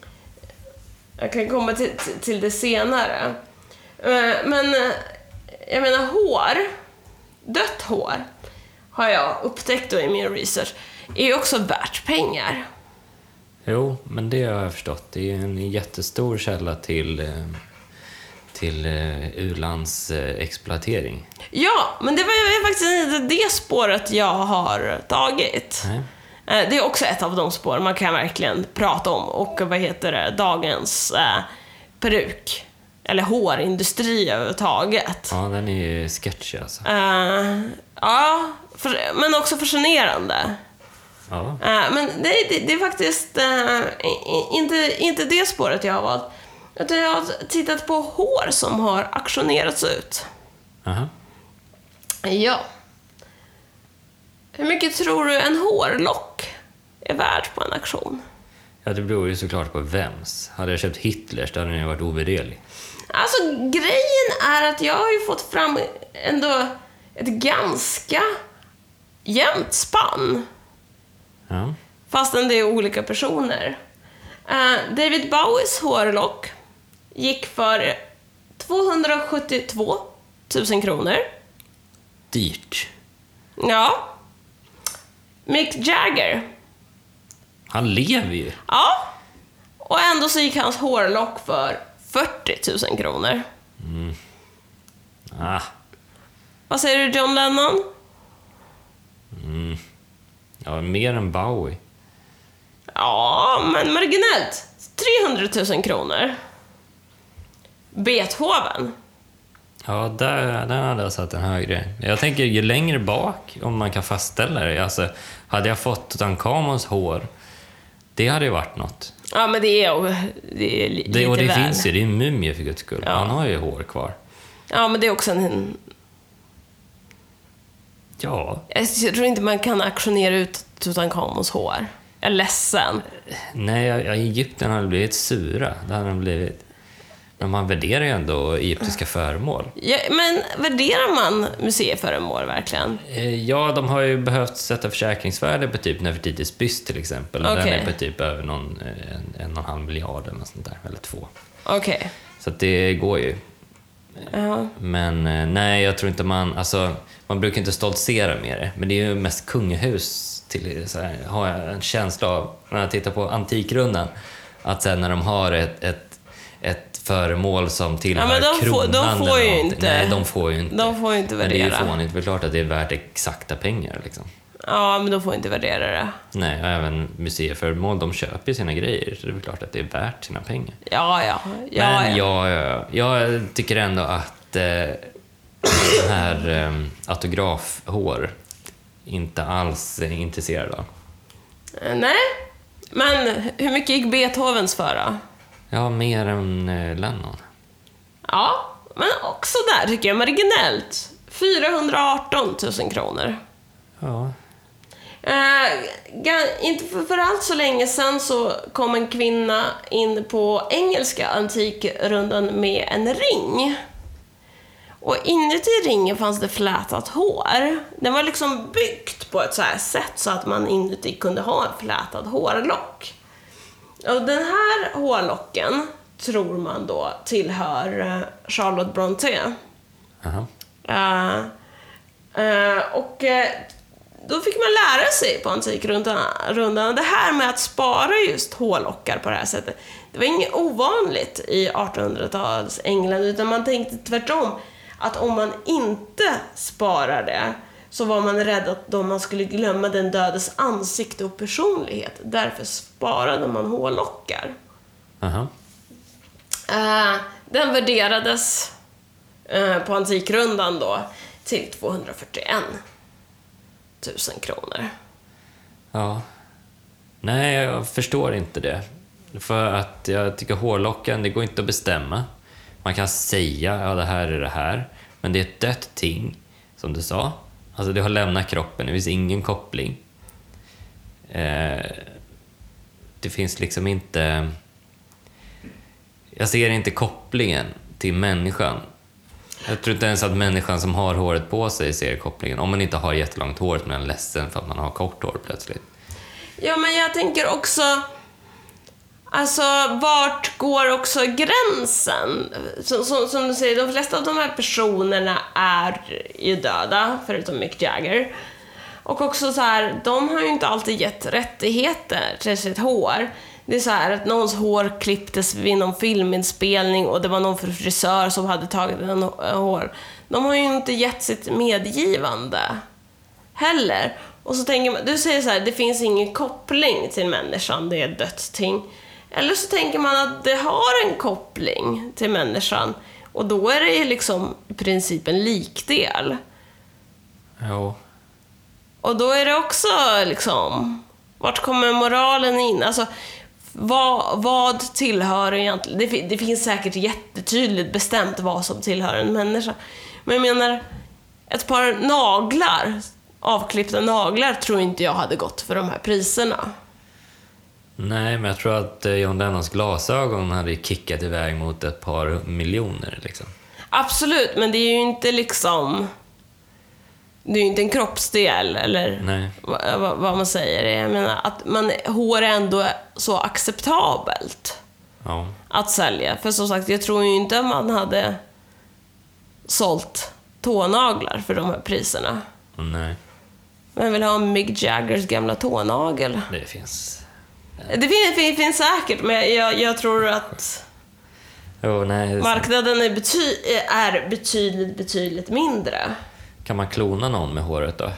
Jag kan komma till, till det senare. Uh, men uh, jag menar hår, dött hår, har jag upptäckt då i min research, är ju också värt pengar. Jo, men det har jag förstått. Det är en jättestor källa till, till u-landsexploatering. Ja, men det var ju faktiskt inte det spåret jag har tagit. Nej. Det är också ett av de spår man kan verkligen prata om. Och vad heter det? Dagens eh, peruk. Eller hårindustri överhuvudtaget. Ja, den är ju sketchy alltså. Uh, ja, för, men också fascinerande. Ja. Uh, men det, det, det är faktiskt uh, inte, inte det spåret jag har valt. Utan jag har tittat på hår som har auktionerats ut. Aha. Ja. Hur mycket tror du en hårlock är värd på en auktion? Ja, det beror ju såklart på vems. Hade jag köpt Hitlers, då hade den ju varit ovärderlig. Alltså, grejen är att jag har ju fått fram ändå ett ganska jämnt spann. Ja. Fastän det är olika personer. Uh, David Bowies hårlock gick för tvåhundrasjuttiotvå tusen kronor. Dyrt. Ja. Mick Jagger. Han lever ju. Ja. Och ändå så gick hans hårlock för fyrtio tusen kronor. Mm. Ah. Vad säger du, John Lennon? Mm. Ja, mer än Bowie. Ja, men marginellt. trehundratusen kronor. Beethoven. Ja, där, där hade jag satt en högre. Jag tänker ju längre bak, om man kan fastställa det. Alltså, hade jag fått Tutankhamons hår, det hade ju varit något. Ja, men det är, det är li- det, och lite det väl. finns ju, det är en mumie för guds skull. Ja. Han har ju hår kvar. Ja, men det är också en... Ja. Jag tror inte man kan auktionera ut Tutankhamons hår. Jag är ledsen. Nej, jag, jag, Egypten hade blivit sura. Det hade de blivit. Men man värderar ju ändå egyptiska föremål. Ja, men värderar man museiföremål verkligen? Eh, Ja, de har ju behövt sätta försäkringsvärde på typ Nefertitis byst till exempel. Och Okej. den är på typ över någon, eh, en, en och en halv miljard eller något sånt där. Eller två. Okej. Okay. Så att det går ju. Ja. Men eh, nej, jag tror inte man... Alltså, man brukar inte stoltsera med det. Men det är ju mest kungahus till, så här, har jag en känsla av när jag tittar på Antikrundan. Att sen när de har ett, ett, ett föremål som tillhör Ja, men de får- kronan. de får eller ju någonting. inte- Nej, de får ju inte. de får ju inte Men det är ju värdera. fånigt. Det är klart att det är värt exakta pengar liksom. Ja, men då får inte värdera det. Nej, och även museiföremål, de köper ju sina grejer. Så det är väl klart att det är värt sina pengar. Ja, ja. ja, Men ja. jag, jag tycker ändå att eh, det här eh, autografhår inte alls är intresserad av. Nej. Men hur mycket gick Beethovens för då? Ja, mer än eh, Lennon. Ja, men också där tycker jag marginellt. fyrahundraarton tusen kronor. Ja. Eh, ga- inte för, för allt så länge sedan så kom en kvinna in på engelska antikrundan med en ring. Och inuti ringen fanns det flätat hår. Den var liksom byggt på ett så här sätt så att man inuti kunde ha en flätad hårlock. Och den här hårlocken tror man då tillhör eh, Charlotte Brontë. Aha. Uh, uh, och uh, då fick man lära sig på Antikrundan det här med att spara just hårlockar på det här sättet. Det var inget ovanligt i artonhundratals England, utan man tänkte tvärtom att om man inte sparade så var man rädd att då man skulle glömma den dödes ansikte och personlighet. Därför sparade man hårlockar. Aha. Uh, den värderades uh, på Antikrundan då till tvåhundrafyrtioen tusen kronor. Ja. Nej, jag förstår inte det. För att jag tycker hårlocken, det går inte att bestämma. Man kan säga, ja det här är det här. Men det är ett dött ting, som du sa. Alltså det har lämnat kroppen, det finns ingen koppling. Eh, det finns liksom inte... Jag ser inte kopplingen till människan. Jag tror inte ens att människan som har håret på sig ser kopplingen. Om man inte har jättelångt hår, men är ledsen för att man har kort hår plötsligt. Ja, men jag tänker också... Alltså, vart går också gränsen? Så, så, som du säger, de flesta av de här personerna är ju döda, förutom Mick Jagger. Och också så här, de har ju inte alltid gett rättigheter till sitt hår. Det är så här att någons hår klipptes vid någon filminspelning och det var någon frisör som hade tagit en hår. De har ju inte gett sitt medgivande heller. Och så tänker man, du säger så här, det finns ingen koppling till människan, det är ett dött ting. Eller så tänker man att det har en koppling till människan. Och då är det liksom i princip en likdel. Jo. Och då är det också liksom... Vart kommer moralen in? Alltså, vad, vad tillhör egentligen... Det, det finns säkert jättetydligt bestämt vad som tillhör en människa. Men jag menar, ett par naglar, avklippta naglar, tror inte jag hade gått för de här priserna. Nej, men jag tror att John Lennons glasögon hade kickat iväg mot ett par miljoner liksom. Absolut, men det är ju inte liksom... Det är ju inte en kroppsdel eller vad, vad man säger. Jag menar att man, hår är ändå så acceptabelt ja. Att sälja. För som sagt, jag tror ju inte att man hade sålt tånaglar för de här priserna. Nej. Man vill ha Mick Jaggers gamla tånagel. Det finns... Det finns, finns, finns säkert, men jag, jag tror att oh, nej, marknaden är, bety, är betydligt, betydligt mindre. Kan man klona någon med håret då?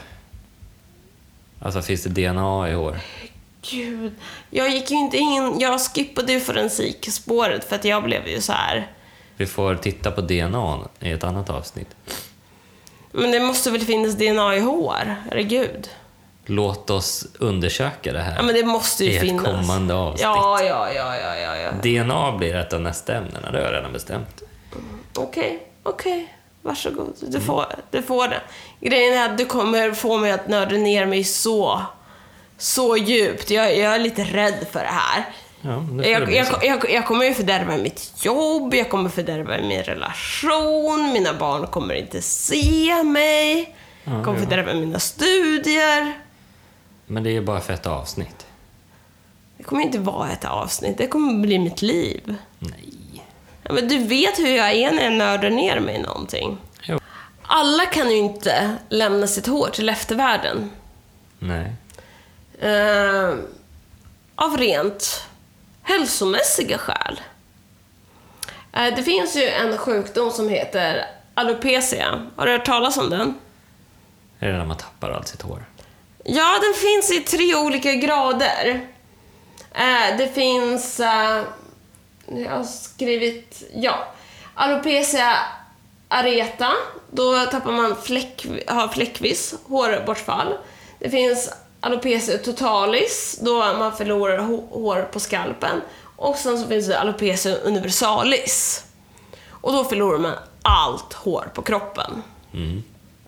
Alltså finns det D N A i hår? Gud, jag gick ju inte in, jag skippade ju forensikspåret för att jag blev ju så här. Vi får titta på D N A i ett annat avsnitt. Men det måste väl finnas D N A i hår, herregud. Låt oss undersöka det här. Ja, men det måste ju i finnas. I ett kommande avsnitt. Ja, ja, ja, ja, ja, ja. D N A blir ett av nästa ämnena, det har jag redan bestämt. Okej, okay, okej. Okay. Varsågod, du får, du får det. Grejen är att du kommer få mig att nörda ner mig så så djupt. Jag, jag är lite rädd för det här. Ja, det jag, jag, jag, jag kommer ju fördärva mitt jobb, jag kommer fördärva min relation, mina barn kommer inte se mig, ja, jag kommer ja. fördärva mina studier. Men det är ju bara för ett avsnitt. Det kommer inte vara ett avsnitt, det kommer bli mitt liv. Nej. Ja, men du vet hur jag är när jag nördar ner mig i någonting. Jo. Alla kan ju inte lämna sitt hår till eftervärlden. Nej. Uh, av rent hälsomässiga skäl. Uh, det finns ju en sjukdom som heter alopecia. Har du hört talas om den? Är det när man tappar allt sitt hår? Ja, den finns i tre olika grader. Uh, det finns... Uh, jag har skrivit... Ja. Alopecia areata. Då tappar man fläck, har fläckvis hårbortfall. Det finns alopecia totalis. Då man förlorar hår på skalpen. Och sen så finns det alopecia universalis. Och då förlorar man allt hår på kroppen. Mm.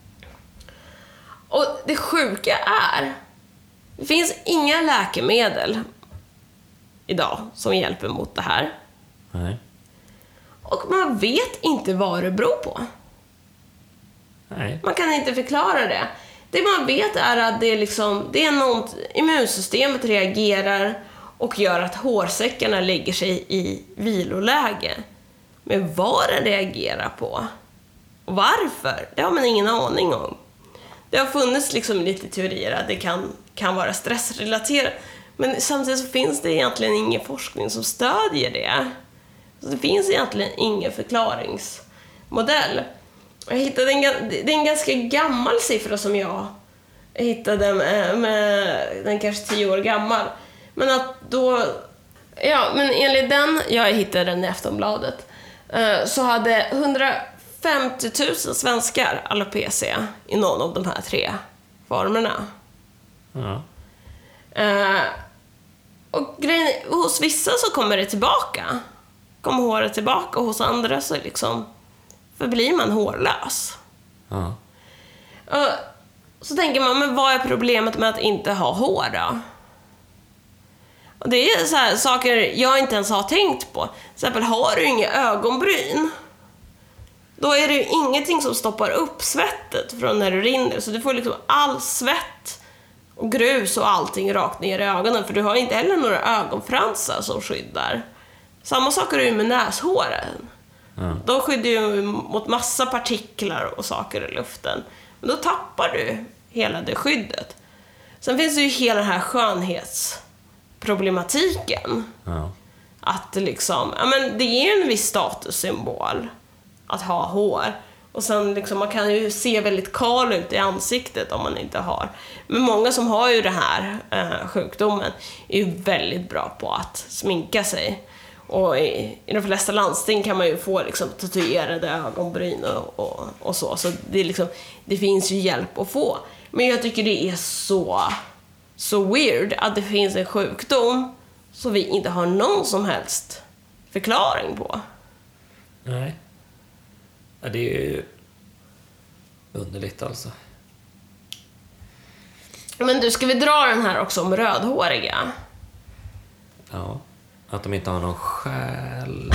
Och det sjuka är... Det finns inga läkemedel idag som hjälper mot det här. Nej. Och man vet inte vad det beror på. Nej. Man kan inte förklara det. Det man vet är att det är liksom, det är något, immunsystemet reagerar och gör att hårsäckarna lägger sig i viloläge. Men vad den reagerar på och varför, det har man ingen aning om. det har funnits liksom lite teorier att det kan, kan vara stressrelaterat. Men samtidigt så finns det egentligen ingen forskning som stödjer det. Så det finns egentligen ingen förklaringsmodell. Jag hittade en, det är en ganska gammal siffra som jag hittade med, med den kanske tio år gammal. Men att då, ja, men enligt den, jag hittade den i Aftonbladet, så hade hundrafemtio tusen svenskar alopecia i någon av de här tre formerna. Ja. Uh, och grejen, hos vissa så kommer det tillbaka. Kommer håret tillbaka, och hos andra så liksom förblir man hårlös. Ja. Uh, så tänker man, men vad är problemet med att inte ha hår då? Och det är så här saker jag inte ens har tänkt på. Till exempel, har du inga ögonbryn, då är det ju ingenting som stoppar upp svettet från när det rinner. Så du får liksom all svett och grus och allting rakt ner i ögonen. För du har inte heller några ögonfransar som skyddar. Samma sak är det ju med näshåren. Mm. De skyddar ju mot massa partiklar och saker i luften. Men då tappar du hela det skyddet. Sen finns det ju hela den här skönhetsproblematiken. Ja. Att liksom, ja men det är en viss statussymbol att ha hår. Och sen liksom, man kan ju se väldigt kal ut i ansiktet om man inte har. Men många som har ju den här eh, sjukdomen är ju väldigt bra på att sminka sig. Och i, i de flesta landsting kan man ju få liksom tatuerade ögonbryn och, och, och så. Så det, är liksom, det finns ju hjälp att få. Men jag tycker det är så, så weird att det finns en sjukdom som vi inte har någon som helst förklaring på. Nej. Ja, det är ju underligt alltså. Men du, ska vi dra den här också om rödhåriga? Ja. Att de inte har någon själ.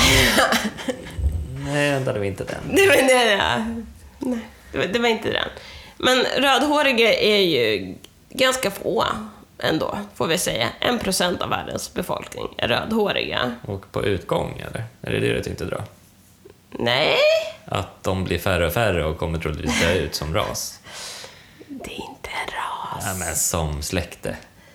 Nej, det var inte den. Det var, nej, nej, nej, det var, det var inte den. Men rödhåriga är ju ganska få ändå, får vi säga. En procent av världens befolkning är rödhåriga. Och på utgång, eller? Är det det du tänkte dra? Nej. Att de blir färre och färre och kommer troligtvis dö ut som ras. Det är inte en ras. Ja, men som släkte.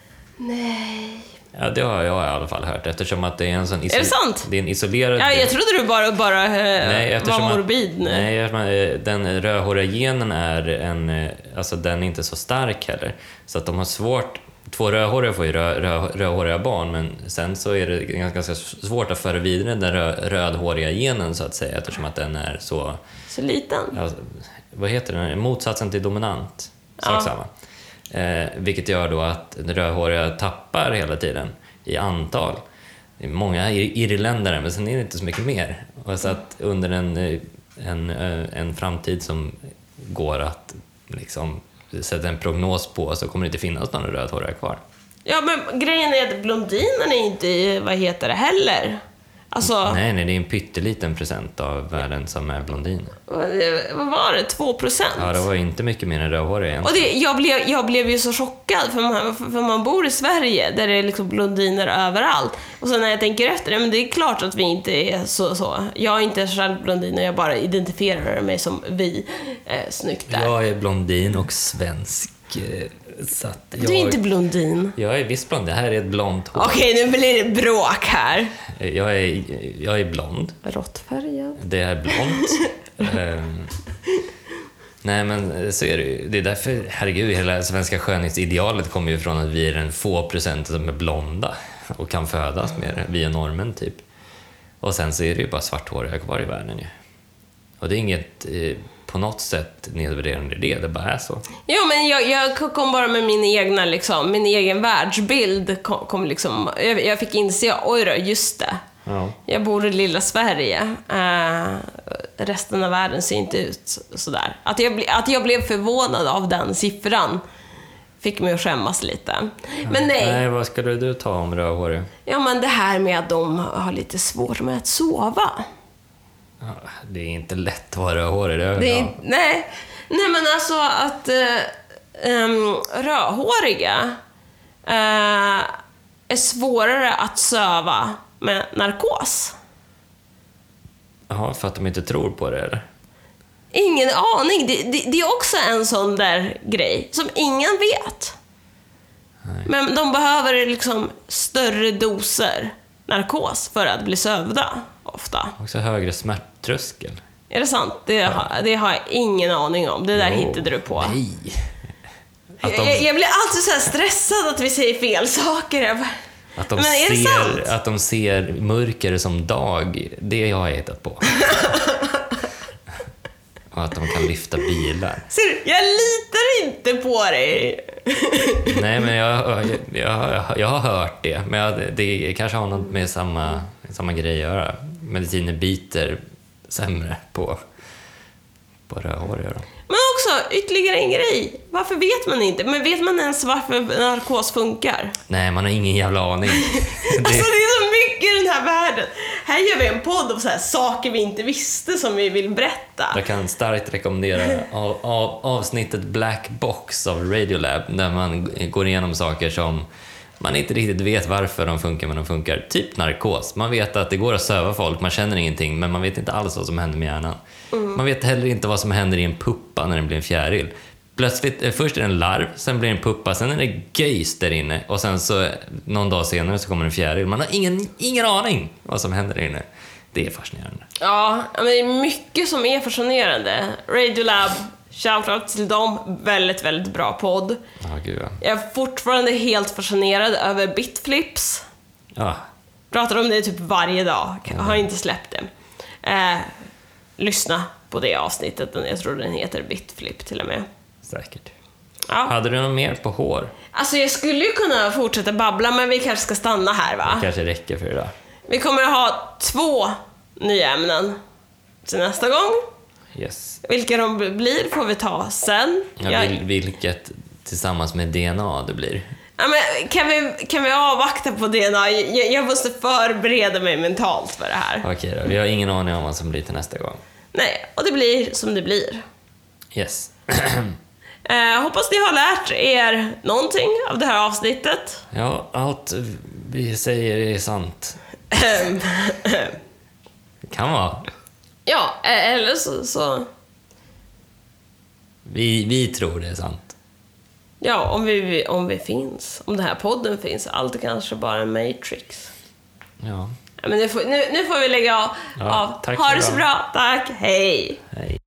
Nej. Ja, det har jag i alla fall hört, eftersom att det är en sån iso- Är det sant? Det är en isolerad... Ja, jag trodde du bara, bara nej, var morbid nu. Nej, den rödhåriga genen är en... Alltså, den är inte så stark heller. Så att de har svårt... Två rödhåriga får ju rö, rö, rödhåriga barn, men sen så är det ganska svårt att föra vidare den rö, rödhåriga genen, så att säga, eftersom att den är så... Så liten. Alltså, vad heter den? Motsatsen till dominant. Sak Ja. samma. Eh, vilket gör då att den rödhåriga tappar hela tiden i antal. Det är många irländare, men sen är det inte så mycket mer. Och så att under en, en, en framtid som går att liksom sätta en prognos på, så kommer det inte finnas några rödhåriga kvar. Ja, men grejen är att blondinen är inte, vad heter det, heller. Alltså, Nej, nej, det är en pytteliten procent av världen som är blondin. vad vad var det? Två procent? Ja, det var inte mycket mer än rödhåriga Och egentligen. det, jag, blev, jag blev ju så chockad, för man, för man bor i Sverige där det är liksom blondiner överallt. Och sen när jag tänker efter, ja, men det är klart att vi inte är så. så. Jag är inte själv blondin, och jag bara identifierar mig som vi. Eh, snyggt där. Jag är blondin och svensk. Så att jag, Du är inte blondin. Jag är visst blond. Det här är ett blont hår. Okej, nu blir det bråk här. Jag är, jag är blond. Råttfärgad. Det är blont. um, nej, men så är det ju. Det är därför, herregud, hela svenska skönhetsidealet kommer ju från att vi är den få procent som är blonda och kan födas med det via normen typ. Och sen så är det ju bara svarthåriga kvar i världen ju. Och det är inget eh, på något sätt nedvärderande det, det bara är så. Jo, men jag, jag kom bara med min egna liksom, min egen världsbild kom, kom liksom, jag, jag fick inse, oj då, just det. Ja. Jag bor i lilla Sverige. Uh, resten av världen ser inte ut sådär. Att jag, ble, att jag blev förvånad av den siffran fick mig att skämmas lite. Men nej. Nej, vad skulle du ta om rödhåriga? Ja, men det här med att de har lite svårt med att sova. Ja, det är inte lätt att vara rödhårig. Det är, Det är, ja. nej. nej, men alltså att uh, um, rödhåriga uh, är svårare att söva med narkos. Jaha, för att de inte tror på det, eller? Ingen aning. Det, det, det är också en sån där grej som ingen vet. Nej. Men de behöver liksom större doser narkos för att bli sövda, ofta. Också högre smärttröskel. Är det sant? Det, ja. har, det har jag ingen aning om. Det där Jo, hittade du på. Nej. Att de, jag, jag blir alltid så här stressad att vi säger fel saker. Jag bara, att de, men är det sant? ser, att de ser mörker som dag, det har jag hittat på. Och att de kan lyfta bilar. Ser du, jag litar inte på dig. Nej, men jag, jag, jag, jag har hört det. Men jag, det kanske har något med samma, samma grej att göra. Mediciner biter sämre på, på rödhåriga. Men också, ytterligare en grej. Varför vet man inte? Men vet man ens varför narkos funkar? Nej, man har ingen jävla aning. Det... Alltså det är så mycket i den här världen. Här gör vi en podd om så här saker vi inte visste som vi vill berätta. Jag kan starkt rekommendera av, av, avsnittet Black Box av Radiolab, där man går igenom saker som man inte riktigt vet varför de funkar, men de funkar. Typ narkos. Man vet att det går att söva folk, man känner ingenting, men man vet inte alls vad som händer med hjärnan. Mm. Man vet heller inte vad som händer i en puppa när den blir en fjäril. Plötsligt, först är det en larv, sen blir det en puppa, sen är det göjs där inne, och sen så någon dag senare så kommer en fjäril. Man har ingen, ingen aning vad som händer där inne. Det är fascinerande. Ja, men det är mycket som är fascinerande. Radiolab, shoutout till dem. Väldigt, väldigt bra podd. Ja, gud ja. Jag är fortfarande helt fascinerad över Bitflips. Ja. Pratar om det typ varje dag. Jag har inte släppt det. Eh, lyssna på det avsnittet. Jag tror den heter Bitflip till och med. Säkert. Ja. Hade du något mer på hår? Alltså jag skulle ju kunna fortsätta babbla, men vi kanske ska stanna här, va? Det kanske räcker för idag. Vi kommer att ha två nya ämnen till nästa gång. Yes. Vilka de blir får vi ta sen. Ja, jag... vil- vilket tillsammans med D N A det blir. Ja, men kan, vi, kan vi avvakta på D N A? Jag, jag måste förbereda mig mentalt för det här. Okej då, vi har ingen aning om vad som blir till nästa gång. Nej, och det blir som det blir. Yes. Eh, hoppas ni har lärt er någonting av det här avsnittet. Ja, allt vi säger är sant. Det kan vara. Ja, eller så, så... Vi, vi tror det är sant. Ja, om vi, om vi finns. Om den här podden finns. Allt är kanske bara en Matrix. Ja. Ja, men nu får, nu, nu får vi lägga av. Ja, tack ha för det så idag. bra. Tack. Hej. Hej.